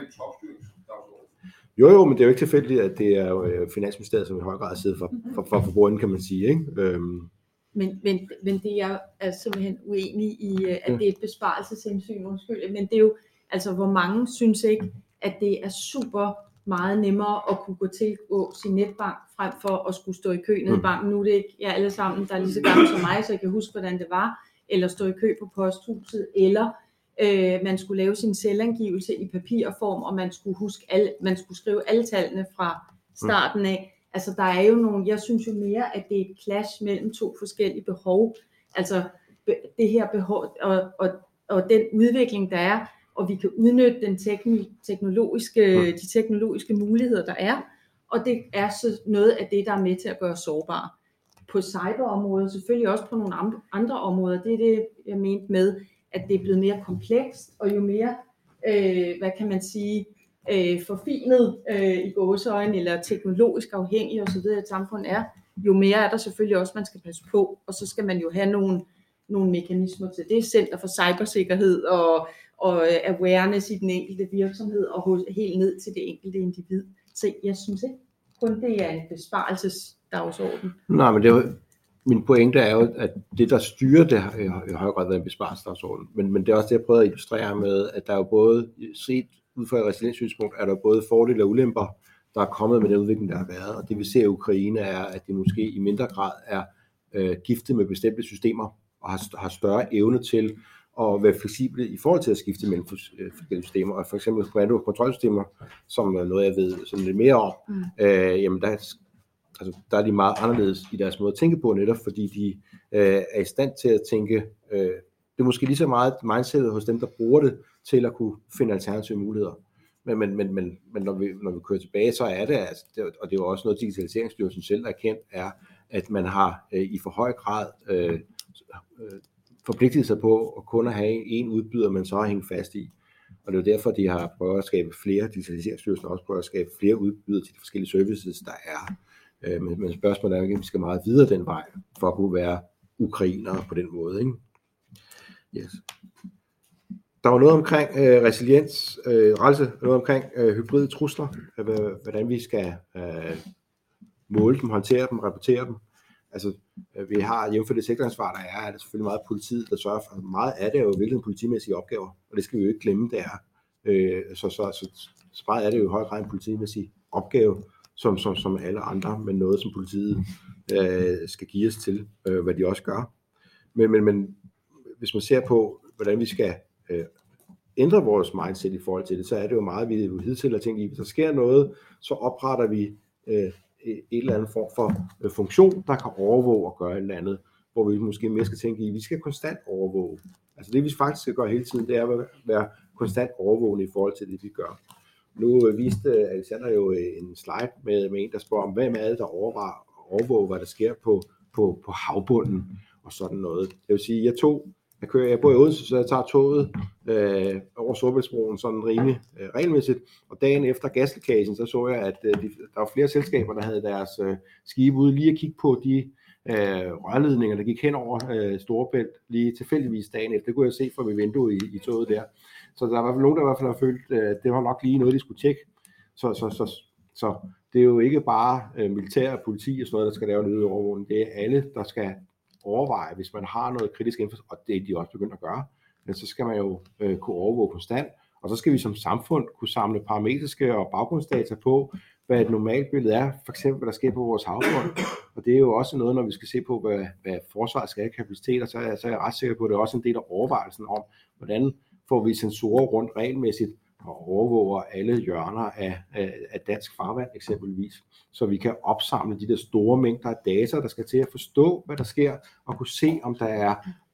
Jo, jo, men det er jo ikke tilfældigt, at det er jo Finansministeriet, som i høj grad sidder for, for, for forbrugeren, kan man sige, ikke? Øhm. Men, men, men det er jeg simpelthen uenig i, at det er et besparelseshensyn, undskyld, men det er jo, altså hvor mange synes ikke, at det er super meget nemmere at kunne gå til gå sin netbank, frem for at skulle stå i kø nede i banken. Nu er det ikke jer alle sammen, der er lige så gamle som mig, så jeg kan huske, hvordan det var, eller stå i kø på posthuset, eller øh, man skulle lave sin selvangivelse i papirform, og man skulle huske alle, man skulle skrive alle tallene fra starten af. Altså der er jo nogle, jeg synes jo mere, at det er et clash mellem to forskellige behov. Altså det her behov, og, og, og den udvikling, der er, og vi kan udnytte den teknologiske, de teknologiske muligheder, der er, og det er så noget af det, der er med til at gøre sårbare. På cyberområdet, selvfølgelig også på nogle andre områder, det er det, jeg mente med, at det er blevet mere komplekst, og jo mere, øh, hvad kan man sige, øh, forfinet øh, i gåseøjne, eller teknologisk afhængig osv. et samfund er, jo mere er der selvfølgelig også, man skal passe på, og så skal man jo have nogle, nogle mekanismer til det, Center for Cybersikkerhed, og, og awareness i den enkelte virksomhed, og hos, helt ned til det enkelte individ. Så jeg synes ikke kun det er en besparelsesdagsorden. Nej, men det er jo, min pointe er jo, at det, der styrer det, har i høj grad været en besparelsesdagsorden. Men, men det er også det, jeg prøver at illustrere med, at der er jo både, set ud fra et resilienssynspunkt, er der både fordele og ulemper, der er kommet med den udvikling, der har været. Og det vi ser i Ukraine er, at det måske i mindre grad er øh, giftet med bestemte systemer, og har, har større evne til at være fleksible i forhold til at skifte mellem forskellige systemer. Og for eksempel kommando- og kontrolsystemer, som er noget, jeg ved sådan lidt mere om, mm. øh, jamen der, altså, der er de meget anderledes i deres måde at tænke på, netop fordi de øh, er i stand til at tænke, øh, det er måske lige så meget mindsetet hos dem, der bruger det, til at kunne finde alternative muligheder. Men, men, men, men, men når, vi, når vi kører tilbage, så er det, altså, det, og det er jo også noget, Digitaliseringsstyrelsen selv er kendt, er, at man har øh, i for høj grad øh, øh, forpligtet sig på at kun at have en udbyder, man så har hængt fast i. Og det er jo derfor, de har prøvet at skabe flere, Digitaliseringsstyrelsen også prøvet at skabe flere udbydere til de forskellige services, der er. Øh, men, men spørgsmålet er, at vi skal meget videre den vej, for at kunne være ukrainere på den måde, ikke? Yes. Der var noget omkring øh, resiliens, øh, relse, noget omkring øh, hybride trusler, øh, hvordan vi skal øh, måle dem, håndtere dem, rapportere dem. Altså, øh, vi har jævnfor det sektoransvar, der er, er det selvfølgelig meget politiet, der sørger for, meget af det er jo virkelig politimæssige opgaver, og det skal vi jo ikke glemme, det er. Øh, så, så, så, så meget er det jo i høj grad en politimæssig opgave, som, som, som alle andre, men noget, som politiet øh, skal give os til, øh, hvad de også gør. Men, men, men hvis man ser på, hvordan vi skal øh, ændre vores mindset i forhold til det, så er det jo meget, vi jo hidtil har tænkt i, hvis der sker noget, så opretter vi øh, et eller andet form for øh, funktion, der kan overvåge og gøre et eller andet, hvor vi måske mere skal tænke i, vi skal konstant overvåge. Altså det vi faktisk skal gøre hele tiden, det er at være konstant overvågende i forhold til det, vi gør. Nu øh, viste Alexander jo en slide med, med en, der spørger om, hvem er det, der overvåger, overvåger hvad der sker på, på, på havbunden og sådan noget. Det vil sige, jeg tog Jeg kører, jeg bor i Odense, så jeg tager toget øh, over Storebæltsbroen sådan rimelig øh, regelmæssigt, og dagen efter gaslækagen, så så jeg, at øh, de, der var flere selskaber, der havde deres øh, skibe ude lige at kigge på de øh, rørledninger, der gik hen over øh, Storebælt, lige tilfældigvis dagen efter. Det kunne jeg se fra mit vindue i, i toget der. Så der var i hvert fald nogen, der i hvert fald har følt, at øh, det var nok lige noget, de skulle tjekke. Så, så, så, så det er jo ikke bare øh, militær og politi og sådan noget, der skal lave en overvågning. Det er alle, der skal overveje, hvis man har noget kritisk infrastruktur, og det er de også begyndt at gøre, men så skal man jo øh, kunne overvåge konstant, og så skal vi som samfund kunne samle parametriske og baggrundsdata på, hvad et normalt billede er, for eksempel hvad der sker på vores havbund, og det er jo også noget, når vi skal se på, hvad, hvad forsvaret skal have kapaciteter, så er, så er jeg ret sikker på, at det er også en del af overvejelsen om, hvordan får vi sensorer rundt regelmæssigt, og overvåger alle hjørner af, af, af dansk farvand eksempelvis, så vi kan opsamle de der store mængder af data, der skal til at forstå, hvad der sker, og kunne se, om der er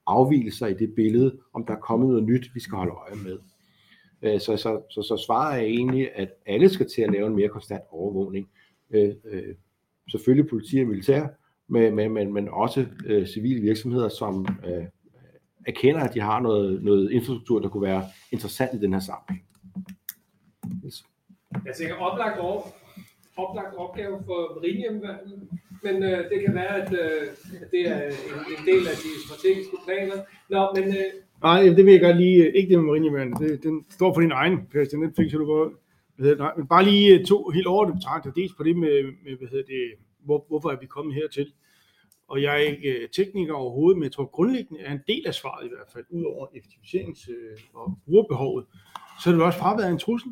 afvigelser i det billede, om der er kommet noget nyt, vi skal holde øje med. Øh, så, så, så, så svaret er egentlig, at alle skal til at lave en mere konstant overvågning. Øh, øh, selvfølgelig politi og militær, men, men, men, men også øh, civile virksomheder, som øh, erkender, at de har noget, noget infrastruktur, der kunne være interessant i den her sammenhæng. Yes. Jeg tænker oplagt, over, oplagt opgave for marinehjemmeværnet, men øh, det kan være, at, øh, at det er en, en del af de strategiske planer. Nå, men... Øh, Nej, det vil jeg godt lige, ikke det med marinehjemmeværnet, det, den står for din egen, Christian, den fik så du godt. Nej, men bare lige to helt overordnet betragter, dels på det med, med hvad hedder det, hvor, hvorfor er vi kommet hertil. Og jeg er ikke tekniker overhovedet, men jeg tror grundlæggende er en del af svaret i hvert fald, ud over effektiviserings- og brugerbehovet, så er det også fraværet af en trussel.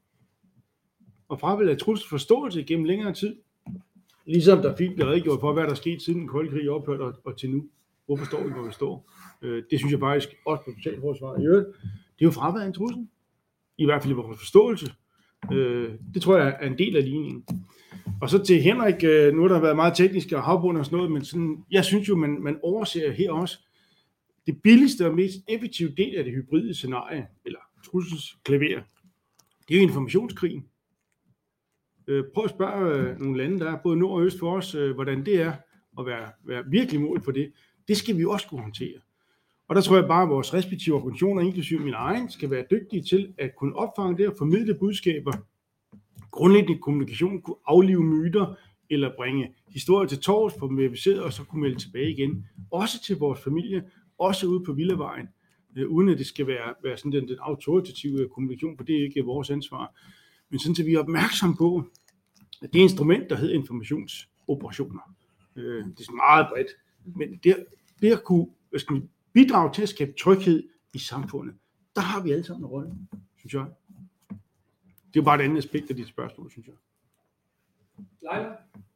Og fraværet af trusselsforståelse gennem længere tid. Ligesom der fint bliver redegjort for, hvad der er sket siden den kolde krig ophørte og, og til nu. Hvorfor står vi, hvor vi står? Det synes jeg faktisk også på totalforsvaret i øvrigt. Det er jo fraværet af en trussel. I hvert fald i vores forståelse. Det tror jeg er en del af ligningen. Og så til Henrik, nu har der været meget teknisk og havbund og sådan noget, men sådan, jeg synes jo, man, man overser her også det billigste og mest effektive del af det hybride scenarie, eller trusselsklaver, det er jo informationskrigen. Prøv at spørge nogle lande, der er både nord og øst for os, hvordan det er at være, være virkelig mål for det. Det skal vi jo også kunne håndtere. Og der tror jeg bare, at vores respektive organisationer, inklusive min egen, skal være dygtige til at kunne opfange det og formidle budskaber. Grundlæggende kommunikation kunne aflive myter eller bringe historier til torvs, få dem verificeret og så kunne melde tilbage igen. Også til vores familie, også ude på Villavejen, øh, uden at det skal være, være sådan den, den autoritative kommunikation, for det er ikke vores ansvar. Men sådan at vi er opmærksomme på, at det instrument, der hedder informationsoperationer, øh, det er meget bredt, men det, det at kunne hvad skal man, bidrage til at skabe tryghed i samfundet, der har vi alle sammen en rolle, synes jeg. Det er bare et andet aspekt af dit spørgsmål, synes jeg. Leila?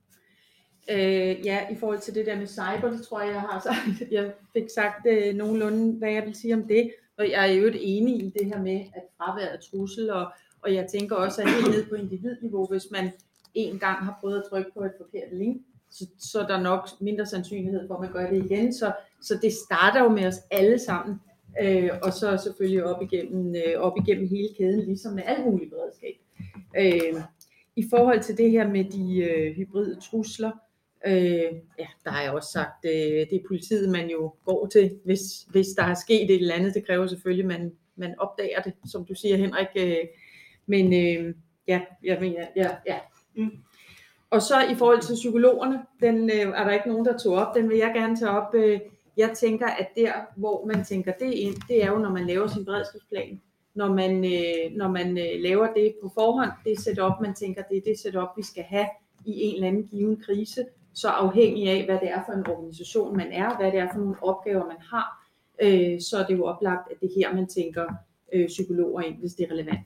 Øh, ja, i forhold til det der med cyber, det tror jeg, jeg har sagt. Jeg fik sagt øh, nogenlunde, hvad jeg vil sige om det. Og jeg er jo et enig i det her med, at fraværet af trussel, og, og jeg tænker også, at helt ned på individniveau, hvis man en gang har prøvet at trykke på et forkert link, så, så er der nok mindre sandsynlighed for, at man gør det igen. Så, så det starter jo med os alle sammen. Øh, og så selvfølgelig op igennem, øh, op igennem hele kæden, ligesom med alt muligt beredskab. Øh, I forhold til det her med de øh, hybride trusler, øh, ja, der har jeg også sagt, øh, det er politiet, man jo går til, hvis, hvis der er sket et eller andet. Det kræver selvfølgelig, at man, man opdager det, som du siger, Henrik. Øh, men øh, ja, jeg mener, ja, ja. Mm. Og så i forhold til psykologerne, den øh, er der ikke nogen, der tog op. Den vil jeg gerne tage op. Øh, Jeg tænker, at der, hvor man tænker det ind, det er jo, når man laver sin beredskabsplan. Når man, øh, når man øh, laver det på forhånd, det setup, man tænker, det er det setup, vi skal have i en eller anden given krise. Så afhængig af, hvad det er for en organisation, man er, hvad det er for nogle opgaver, man har, øh, så er det jo oplagt, at det her, man tænker øh, psykologer ind, hvis det er relevant.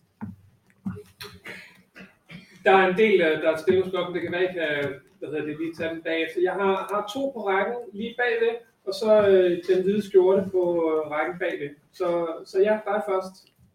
Der er en del, der er stillet spørgsmål, det kan være, ikke hvad hedder det, lige tage dem bagefter. Jeg har, har to på rækken lige bagved, og så øh, den hvide skjorte på øh, rækken bagved. Så, så ja, dig først.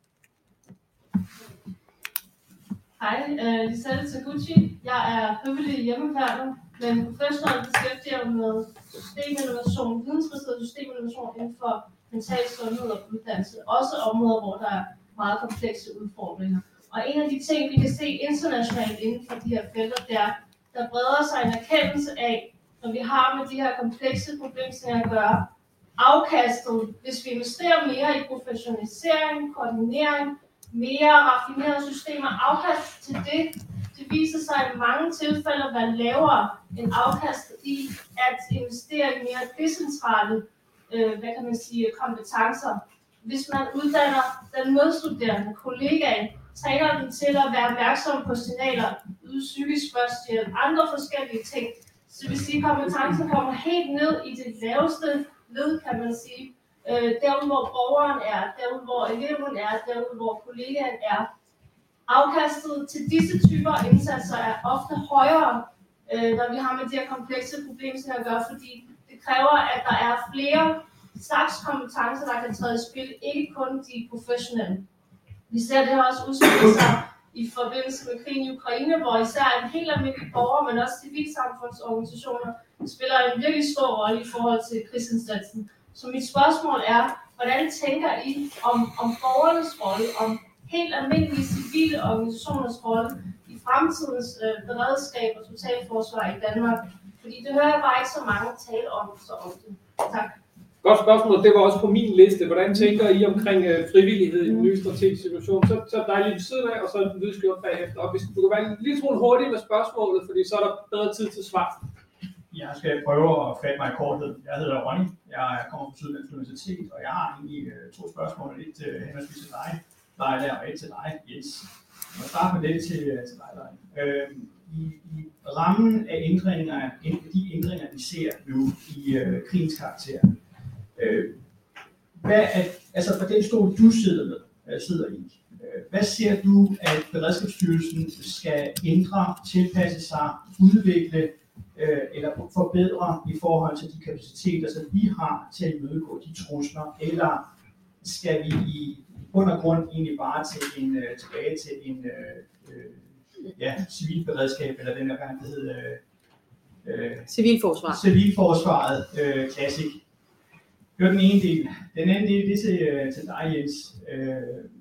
Hej, uh, Lisette Taguchi. Jeg er frivillig i hjemmeværnet, men professionelt beskæftiger mig med systeminnovation, vidensbaseret systeminnovation inden for mental sundhed og uddannelse. Også områder, hvor der er meget komplekse udfordringer. Og en af de ting, vi kan se internationalt inden for de her felter, det er, der breder sig en erkendelse af, når vi har med de her komplekse problemstillinger at gøre, afkastet, hvis vi investerer mere i professionalisering, koordinering, mere raffinerede systemer, afkast til det, det viser sig i mange tilfælde at være lavere end afkastet i at investere i mere decentrale, øh, hvad kan man sige, kompetencer. Hvis man uddanner den medstuderende kollegaen, træner den til at være opmærksom på signaler, yde psykisk førstehjælp, andre forskellige ting. Så det vil sige, at kompetencen kommer helt ned i det laveste led, kan man sige. Øh, derude, hvor borgeren er, derude, hvor eleven er, derude, hvor kollegaen er. Afkastet til disse typer indsatser er ofte højere, øh, når vi har med de her komplekse problemstillinger at gøre, fordi det kræver, at der er flere slags kompetencer, der kan træde i spil, ikke kun de professionelle. Vi ser det her også udspille sig i forbindelse med krigen i Ukraine, hvor især en helt almindelig borger, men også civilsamfundsorganisationer, spiller en virkelig stor rolle i forhold til krigsindsatsen. Så mit spørgsmål er, hvordan tænker I om, om borgernes rolle, om helt almindelige civile organisationers rolle i fremtidens øh, beredskab og totalforsvar i Danmark? Fordi det hører jeg bare ikke så mange tale om så ofte. Tak. Godt spørgsmål. Det var også på min liste. Hvordan tænker I omkring øh, frivillighed i den nye strategiske situation? Så, så er der lige ved siden af, og så er det lydskjort bagefter. Og hvis du kan være lidt hurtig med spørgsmålet, fordi så er der bedre tid til svar. Jeg skal prøve at fatte mig i korthed. Jeg hedder Ronny. Jeg kommer fra Syddansk Universitet, og jeg har egentlig øh, to spørgsmål. Et til henholdsvis til dig, Leila, og et til dig, Jens. Jeg vil starte med det til, til dig, Leila. Øh, i, I rammen af ændringer, de ændringer, vi ser nu i øh, krigens karakter, øh, hvad er, altså for den stol, du sidder med, sidder i, øh, hvad ser du, at Beredskabsstyrelsen skal ændre, tilpasse sig, udvikle eller forbedre i forhold til de kapaciteter, som vi har til at imødegå de trusler, eller skal vi i bund og grund egentlig bare til en, tilbage til en øh, ja, civilberedskab, eller den her gang, der hedder øh, Civilforsvar. Civilforsvaret øh, Classic. Det var den ene del. Den anden del, det er til, til dig, Jens. Øh,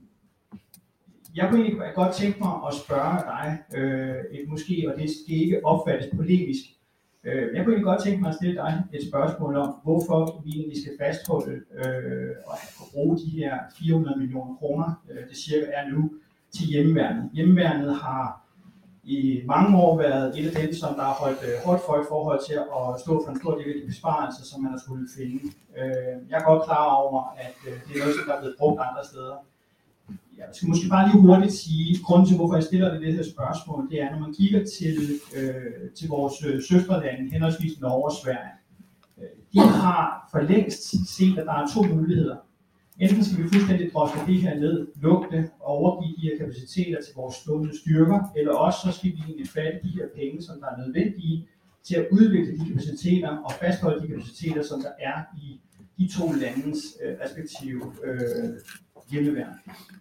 Jeg kunne egentlig godt tænke mig at spørge dig, øh, et måske, og det skal ikke opfattes polemisk, øh, jeg kunne egentlig godt tænke mig at stille dig et spørgsmål om, hvorfor vi egentlig skal fastholde øh, og bruge de her fire hundrede millioner kroner, øh, det cirka er nu, til hjemmeværnet. Hjemmeværnet har i mange år været et af dem, som der har holdt øh, hårdt for i forhold til at stå for en stor del af de besparelser, som man har skulle finde. Øh, jeg er godt klar over, at øh, det er noget, som der er blevet brugt andre steder. Jeg skal måske bare lige hurtigt sige, grunden til, hvorfor jeg stiller det, det her spørgsmål, det er, når man kigger til, øh, til vores øh, søsterlande, henholdsvis Norge og Sverige. Øh, de har for længst set, at der er to muligheder. Enten skal vi fuldstændig drosle det her ned, lukke det og overgive de her kapaciteter til vores stående styrker, eller også så skal vi egentlig fatte de her penge, som der er nødvendige til at udvikle de kapaciteter og fastholde de kapaciteter, som der er i de to landes øh, respektive øh, hjemmeværn.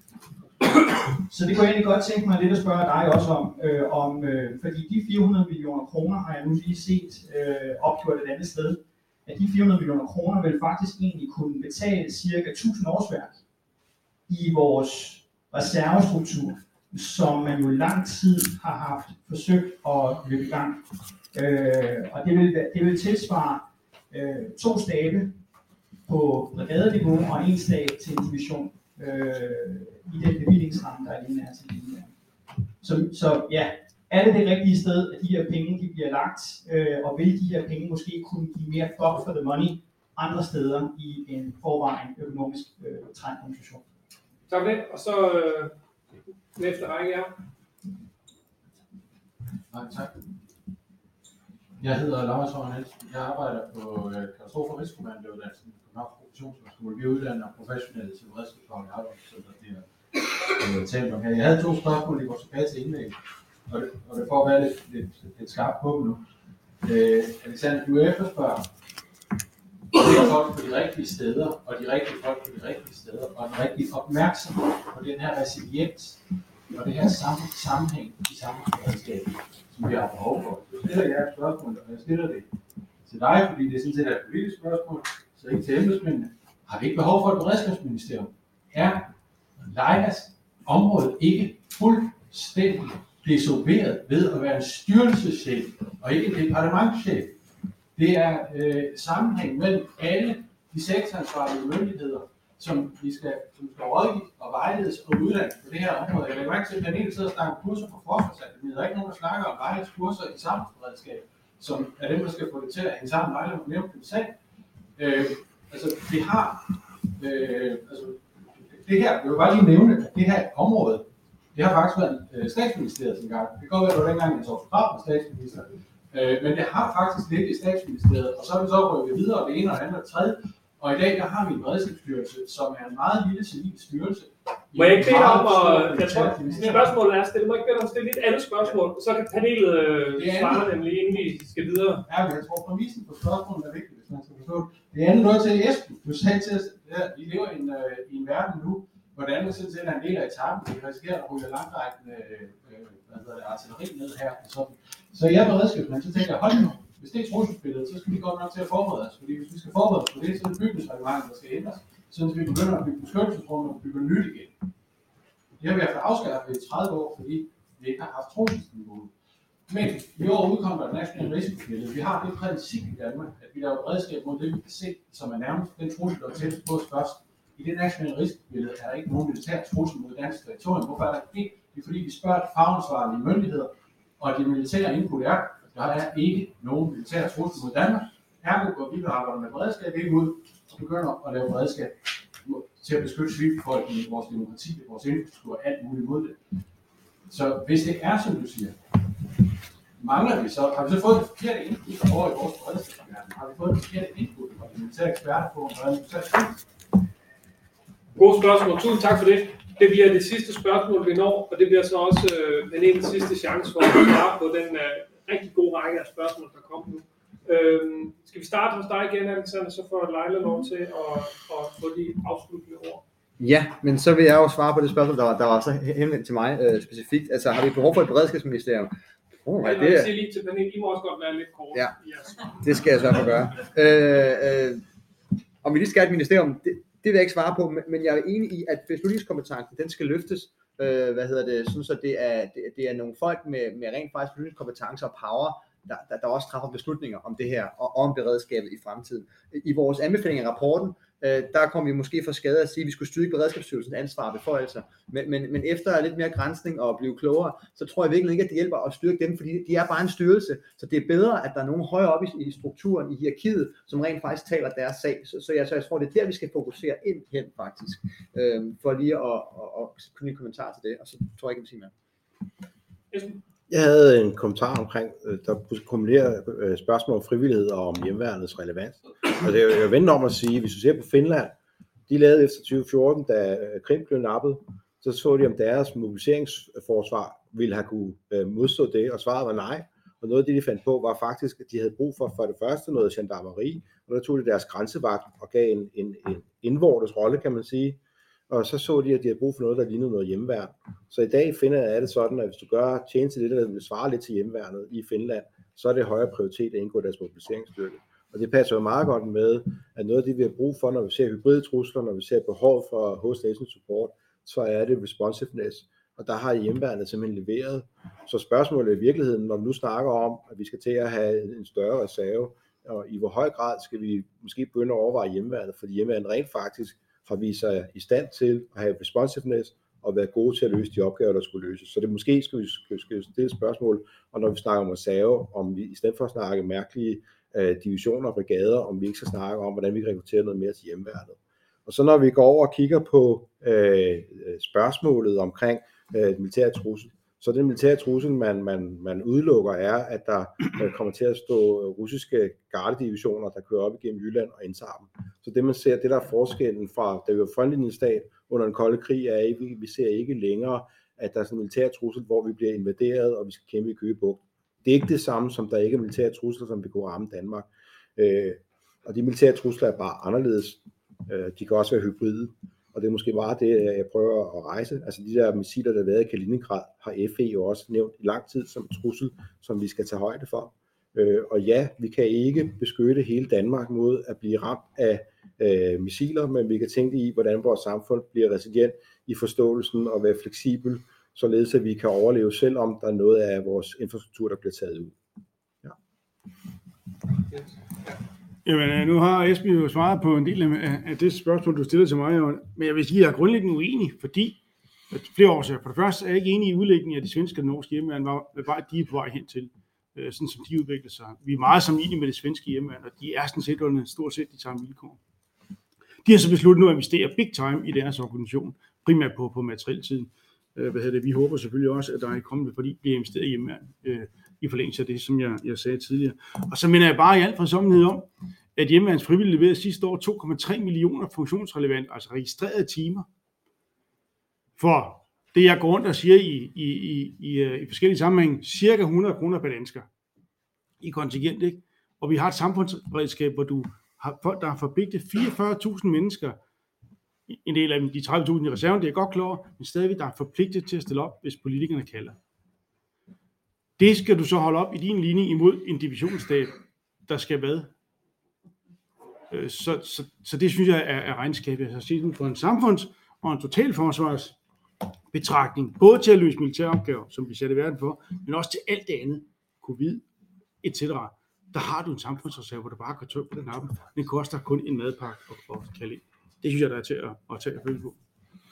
Så det kunne jeg egentlig godt tænke mig lidt at spørge dig også om, øh, om øh, fordi de fire hundrede millioner kroner har jeg nu lige set øh, opgjort et andet sted, at de fire hundrede millioner kroner vil faktisk egentlig kunne betale cirka tusind årsværk i vores reservestruktur, som man jo i lang tid har haft forsøgt at løbe i gang. Øh, og det vil, det vil tilsvare øh, to stabe på brigadeniveau og en stab til en division. Øh, i den bevillingsramme, der er lige her til det. Så, så ja, er det det rigtige sted, at de her penge de bliver lagt, øh, og vil de her penge måske kunne give mere fuck for the money andre steder i en forvejen økonomisk øh, trængt organisation? Tak for det, og så øh, næste række er. Nej, tak. Jeg hedder Lars Hård Nielsen. Jeg arbejder på øh, katastrofe- og rigskommandoeuddannelsen på Københavns Professionshøjskole. Vi uddanner professionelle til beredskabsfaglige arbejdsopgaver, det er øh, talt om her. Jeg havde to spørgsmål, der går tilbage til indlæg, og det, og det får at være lidt, lidt, lidt skarpt på dem nu. Øh, Alexander, du efterspørger de folk på de rigtige steder, og de rigtige folk på de rigtige steder, og den rigtige opmærksomhed på den her resiliens, og det her sammen, sammenhæng i samfundsberedskabet, som vi har behov for. Så stiller jeg et spørgsmål, og jeg stiller det til dig, fordi det er sådan set et politisk spørgsmål, så ikke til embedsmændene. Har vi ikke behov for et beredskabsministerium? Er Leilas område ikke fuldstændig desolveret ved at være en styrelseschef, og ikke en departementschef? Det er øh, sammenhæng mellem alle de sektoransvarlige myndigheder, som vi skal, som skal rådgive og vejledes og uddannes på det her område. Jeg vil ikke til, at den ene sidder og snakker kurser på forsvarsakademiet. Der er ikke nogen, der snakker om Leilas kurser i samfundsberedskab, som er dem, der skal få det til at hænge sammen. Leila må nævne den sag. Øh, altså, vi har, øh, altså, det her, jeg vil bare lige nævne, at det her område, det har faktisk været øh, statsministeriet engang. Det kan godt være, at det var dengang, jeg så fra statsminister. Øh, men det har faktisk ligget i statsministeriet, og så er vi så rykket videre det ene og det andet og det tredje. Og i dag, der har vi en beredskabsstyrelse, som er en meget lille civil styrelse. Må jeg ikke bede dig om at, jeg tror, spørgsmålet er stillet, må jeg ikke bede dig om at stille et andet spørgsmål, så kan panelet øh, svare nemlig, inden vi skal videre. Ja, men jeg tror, præmissen på spørgsmålet er vigtigt, hvis man skal forstå det. Det andet noget til Esben. Du sagde til os, at vi lever i en, øh, i en verden nu, hvor Danmark sådan set er en del af etappen. Vi risikerer at ryge langrækkende øh, hvad hedder det, artilleri ned her. Og sådan. Så jeg er beredskabsmand, så tænker jeg, hold nu, Hvis det er trusselsbilledet, så skal vi godt nok til at forberede os, fordi hvis vi skal forberede os på det, så er det bygningsreglementet, der skal ændres, så vi begynder at bygge beskyttelsesrum og bygge nyt igen. Det har vi haft afskaffet i tredive år, fordi vi ikke har haft trusselsniveau. Men i år udkommer der nationale risikobillede. Vi har det princip i Danmark, at vi laver et redskab mod det, vi kan se, som er nærmest den trussel, der er tæt på os først. I det nationale risikobillede er der ikke nogen militær trussel mod dansk territorium. Hvorfor er der ikke? Det er fordi, vi spørger fagansvarlige myndigheder, og det militære input er, at der er ikke nogen militær trussel mod Danmark. Ergo går vi og arbejder med beredskab ikke ud, og begynder at lave beredskab til at beskytte civilbefolkningen, vores demokrati, vores infrastruktur og alt muligt mod det. Så hvis det er, som du siger, mangler vi så, har vi så fået det forkerte input over i vores beredskabsverden? Har vi fået det forkerte input fra de militære eksperter på, hvordan vi tager det? Gode spørgsmål. Tusind tak for det. Det bliver det sidste spørgsmål, vi når, og det bliver så også øh, den ene sidste chance for at svare på den øh, rigtig gode række af spørgsmål, der kommer nu. Øhm, skal vi starte hos dig igen, Alexander, så får Leila lov til at, at få de afsluttende ord. Ja, men så vil jeg jo svare på det spørgsmål, der var, der var så henvendt til mig øh, specifikt. Altså, har vi behov for et beredskabsministerium? Oh, jeg vil sige lige til panel, I må også godt være lidt kort. Ja, det skal jeg så for at gøre. Øh, øh, om vi lige skal have et ministerium, det, det vil jeg ikke svare på, men jeg er enig i, at beslutningskompetencen, den skal løftes. Øh, hvad hedder det, sådan så det er, det, det er nogle folk med, med rent faktisk beslutningskompetence og power, der, der, der også træffer beslutninger om det her, og om beredskabet i fremtiden. I vores anbefaling af rapporten, øh, der kom vi måske for skade at sige, at vi skulle styrke Beredskabsstyrelsens ansvar og beføjelser, men, men, men efter lidt mere granskning og blive klogere, så tror jeg virkelig ikke, at det hjælper at styrke dem, fordi de er bare en styrelse, så det er bedre, at der er nogen højere op i, i strukturen, i hierarkiet, som rent faktisk taler deres sag, så, så, jeg, så jeg tror, det er der, vi skal fokusere ind hen faktisk, øh, for lige at, at, at kunne kommentere til det, og så tror jeg ikke, at jeg vil sige mere. Jeg havde en kommentar omkring, der kumulerer spørgsmål om frivillighed og om hjemmeværnets relevans. Og det er jo vendt om at sige, hvis du ser på Finland, de lavede efter tyve fjorten, da Krim blev nappet, så så de, om deres mobiliseringsforsvar ville have kunne modstå det, og svaret var nej. Og noget af det, de fandt på, var faktisk, at de havde brug for for det første noget gendarmeri, og der tog de deres grænsevagt og gav en, en, en indvortes rolle, kan man sige. Og så så de, at de havde brug for noget, der lignede noget hjemmeværn. Så i dag i Finland er det sådan, at hvis du gør tjeneste det, der vil svare lidt til hjemmeværnet i Finland, så er det højere prioritet at indgå deres mobiliseringsstyrke. Og det passer jo meget godt med, at noget af det, vi har brug for, når vi ser hybride trusler, når vi ser behov for host agent support, så er det responsiveness. Og der har hjemmeværnet simpelthen leveret. Så spørgsmålet i virkeligheden, når vi nu snakker om, at vi skal til at have en større reserve, og i hvor høj grad skal vi måske begynde at overveje hjemmeværnet, fordi hjemmeværnet rent faktisk har vist sig i stand til at have responsiveness og være gode til at løse de opgaver, der skulle løses. Så det måske skal vi, skal vi stille spørgsmål, og når vi snakker om reserve, om vi i stedet for at snakke mærkelige øh, divisioner og brigader, om vi ikke skal snakke om, hvordan vi kan rekruttere noget mere til hjemmeværnet. Og så når vi går over og kigger på øh, spørgsmålet omkring øh, militære trussel, så den militære trussel, man, man, man udelukker, er, at der øh, kommer til at stå russiske gardedivisioner, der kører op igennem Jylland og indtager dem. Så det man ser, det der er forskellen fra, da vi var frontlinjestat under en kolde krig, er, at vi, vi ser ikke længere, at der er sådan en militær trussel, hvor vi bliver invaderet, og vi skal kæmpe i Køge Bugt. Det er ikke det samme, som der ikke er militære trusler, som vi kunne ramme Danmark. Øh, og de militære trusler er bare anderledes. Øh, de kan også være hybride. Og det er måske bare det, jeg prøver at rejse. Altså de der missiler, der har været i Kaliningrad, har F E jo også nævnt i lang tid som en trussel, som vi skal tage højde for. Øh, og ja, vi kan ikke beskytte hele Danmark mod at blive ramt af øh, missiler, men vi kan tænke i, hvordan vores samfund bliver resilient i forståelsen og være fleksibel, således at vi kan overleve, selvom der er noget af vores infrastruktur, der bliver taget ud. Ja. Jamen, nu har Esben jo svaret på en del af, af det spørgsmål, du stillede til mig, men jeg vil sige, at jeg er grundlæggende uenig, fordi at flere årsager. For det første er jeg ikke enig i udlægningen af de svenske og norske hjemmeværn, hvad vej de er på vej hen til, sådan som de udvikler sig. Vi er meget sammenlignelige med det svenske hjemmeværn, og de er sådan set under stort set de samme vilkår. De har så besluttet nu at investere big time i deres organisation, primært på, på materieltiden. Hvad hedder det? Vi håber selvfølgelig også, at der er kommet, fordi bliver investeret i hjemmeværn øh, i forlængelse af det, som jeg, jeg sagde tidligere. Og så mener jeg bare i al forsommenhed om, at hjemmeværns frivillige leverede sidste år to komma tre millioner funktionsrelevant, altså registrerede timer. For det, jeg går rundt og siger i, i, i, i, i forskellige sammenhæng, cirka hundrede kroner per dansker i kontingent, ikke? Og vi har et samfundsredskab, hvor du har folk, der har forpligtet fireogfyrre tusind mennesker, en del af dem, de tredive tusind i reserven, det er godt klar, men stadigvæk der er forpligtet til at stille op, hvis politikerne kalder. Det skal du så holde op i din linje imod en divisionsstab, der skal hvad. Øh, så, så, så det synes jeg er, er regnskabet. Altså sige for en samfunds- og en totalforsvarsbetragtning, både til at løse militæropgaver, som vi sætter i verden for, men også til alt det andet, covid, et cetera. Der har du en samfundsreserve, hvor du bare kan trykke på den knappen. Den koster kun en madpakke og, og kalde ind. Det synes jeg, der er til at, at tage at følge på.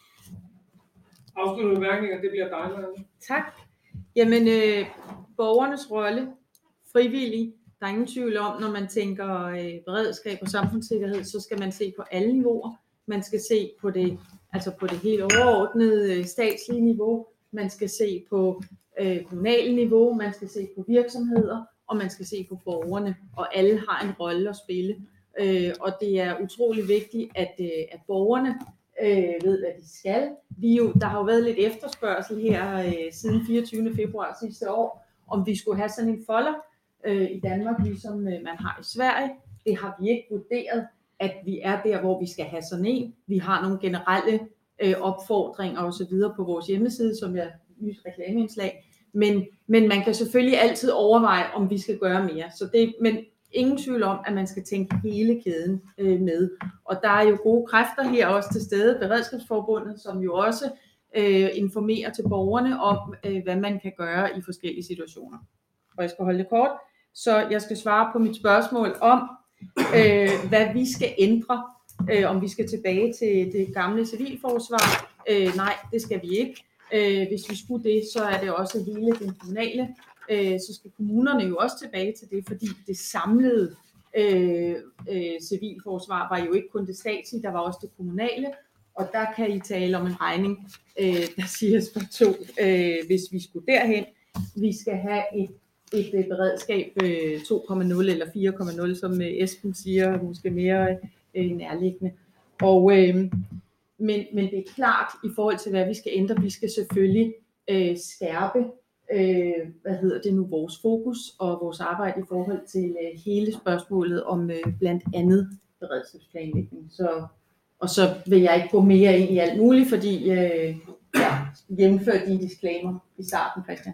Afsluttende bemærkninger, det bliver dig, Marianne. Tak. Jamen, øh, borgernes rolle, frivillig, der er ingen tvivl om, når man tænker øh, beredskab og samfundssikkerhed, så skal man se på alle niveauer. Man skal se på det, altså på det helt overordnede øh, statslige niveau. Man skal se på øh, kommunale niveau. Man skal se på virksomheder, og man skal se på borgerne. Og alle har en rolle at spille. Øh, og det er utrolig vigtigt, at, øh, at borgerne øh, ved, hvad de skal. Vi jo, der har jo været lidt efterspørgsel her øh, siden fireogtyvende februar sidste år, om vi skulle have sådan en folder øh, i Danmark, ligesom øh, man har i Sverige. Det har vi ikke vurderet, at vi er der, hvor vi skal have sådan en. Vi har nogle generelle øh, opfordringer osv. på vores hjemmeside, som er nyt reklameindslag. Men, men man kan selvfølgelig altid overveje, om vi skal gøre mere. Så det, men ingen tvivl om, at man skal tænke hele kæden øh, med. Og der er jo gode kræfter her også til stede. Beredskabsforbundet, som jo også øh, informerer til borgerne om, øh, hvad man kan gøre i forskellige situationer. Og jeg skal holde det kort. Så jeg skal svare på mit spørgsmål om, øh, hvad vi skal ændre. Øh, om vi skal tilbage til det gamle civilforsvar. Øh, nej, det skal vi ikke. Øh, hvis vi skulle det, så er det også hele den kommunale. Øh, så skal kommunerne jo også tilbage til det, fordi det samlede øh, øh, civilforsvar var jo ikke kun det statslige, der var også det kommunale. Og der kan I tale om en regning, øh, der siger for to, øh, hvis vi skulle derhen. Vi skal have et, et, et beredskab øh, to komma nul eller fire komma nul, som øh, Esben siger, måske mere øh, nærliggende. Og, øh, men, men det er klart, i forhold til hvad vi skal ændre, vi skal selvfølgelig øh, skærpe øh, hvad hedder det nu, vores fokus og vores arbejde i forhold til øh, hele spørgsmålet om øh, blandt andet beredskabsplanlægning. Så, og så vil jeg ikke gå mere ind i alt muligt, fordi øh, ja, gennemfører de disclaimer i starten, Christian.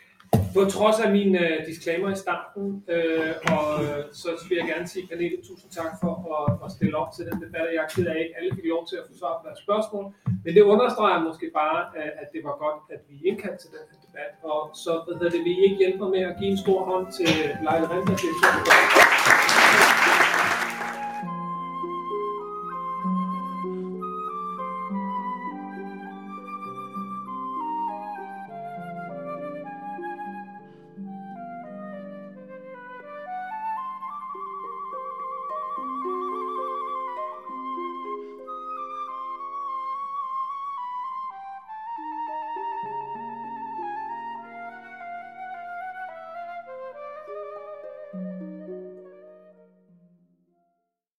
På trods af min uh, disclaimer i starten, øh, og uh, så vil jeg gerne sige, Pernille, tusind tak for at, at stille op til den debat, og jeg er ked af, at ikke alle fik lov til at få svar på deres spørgsmål, men det understreger måske bare, at det var godt, at vi indkaldte til den her debat, og så hvad hedder det, vil I ikke hjælpe mig med at give en stor hånd til Leila Remberg,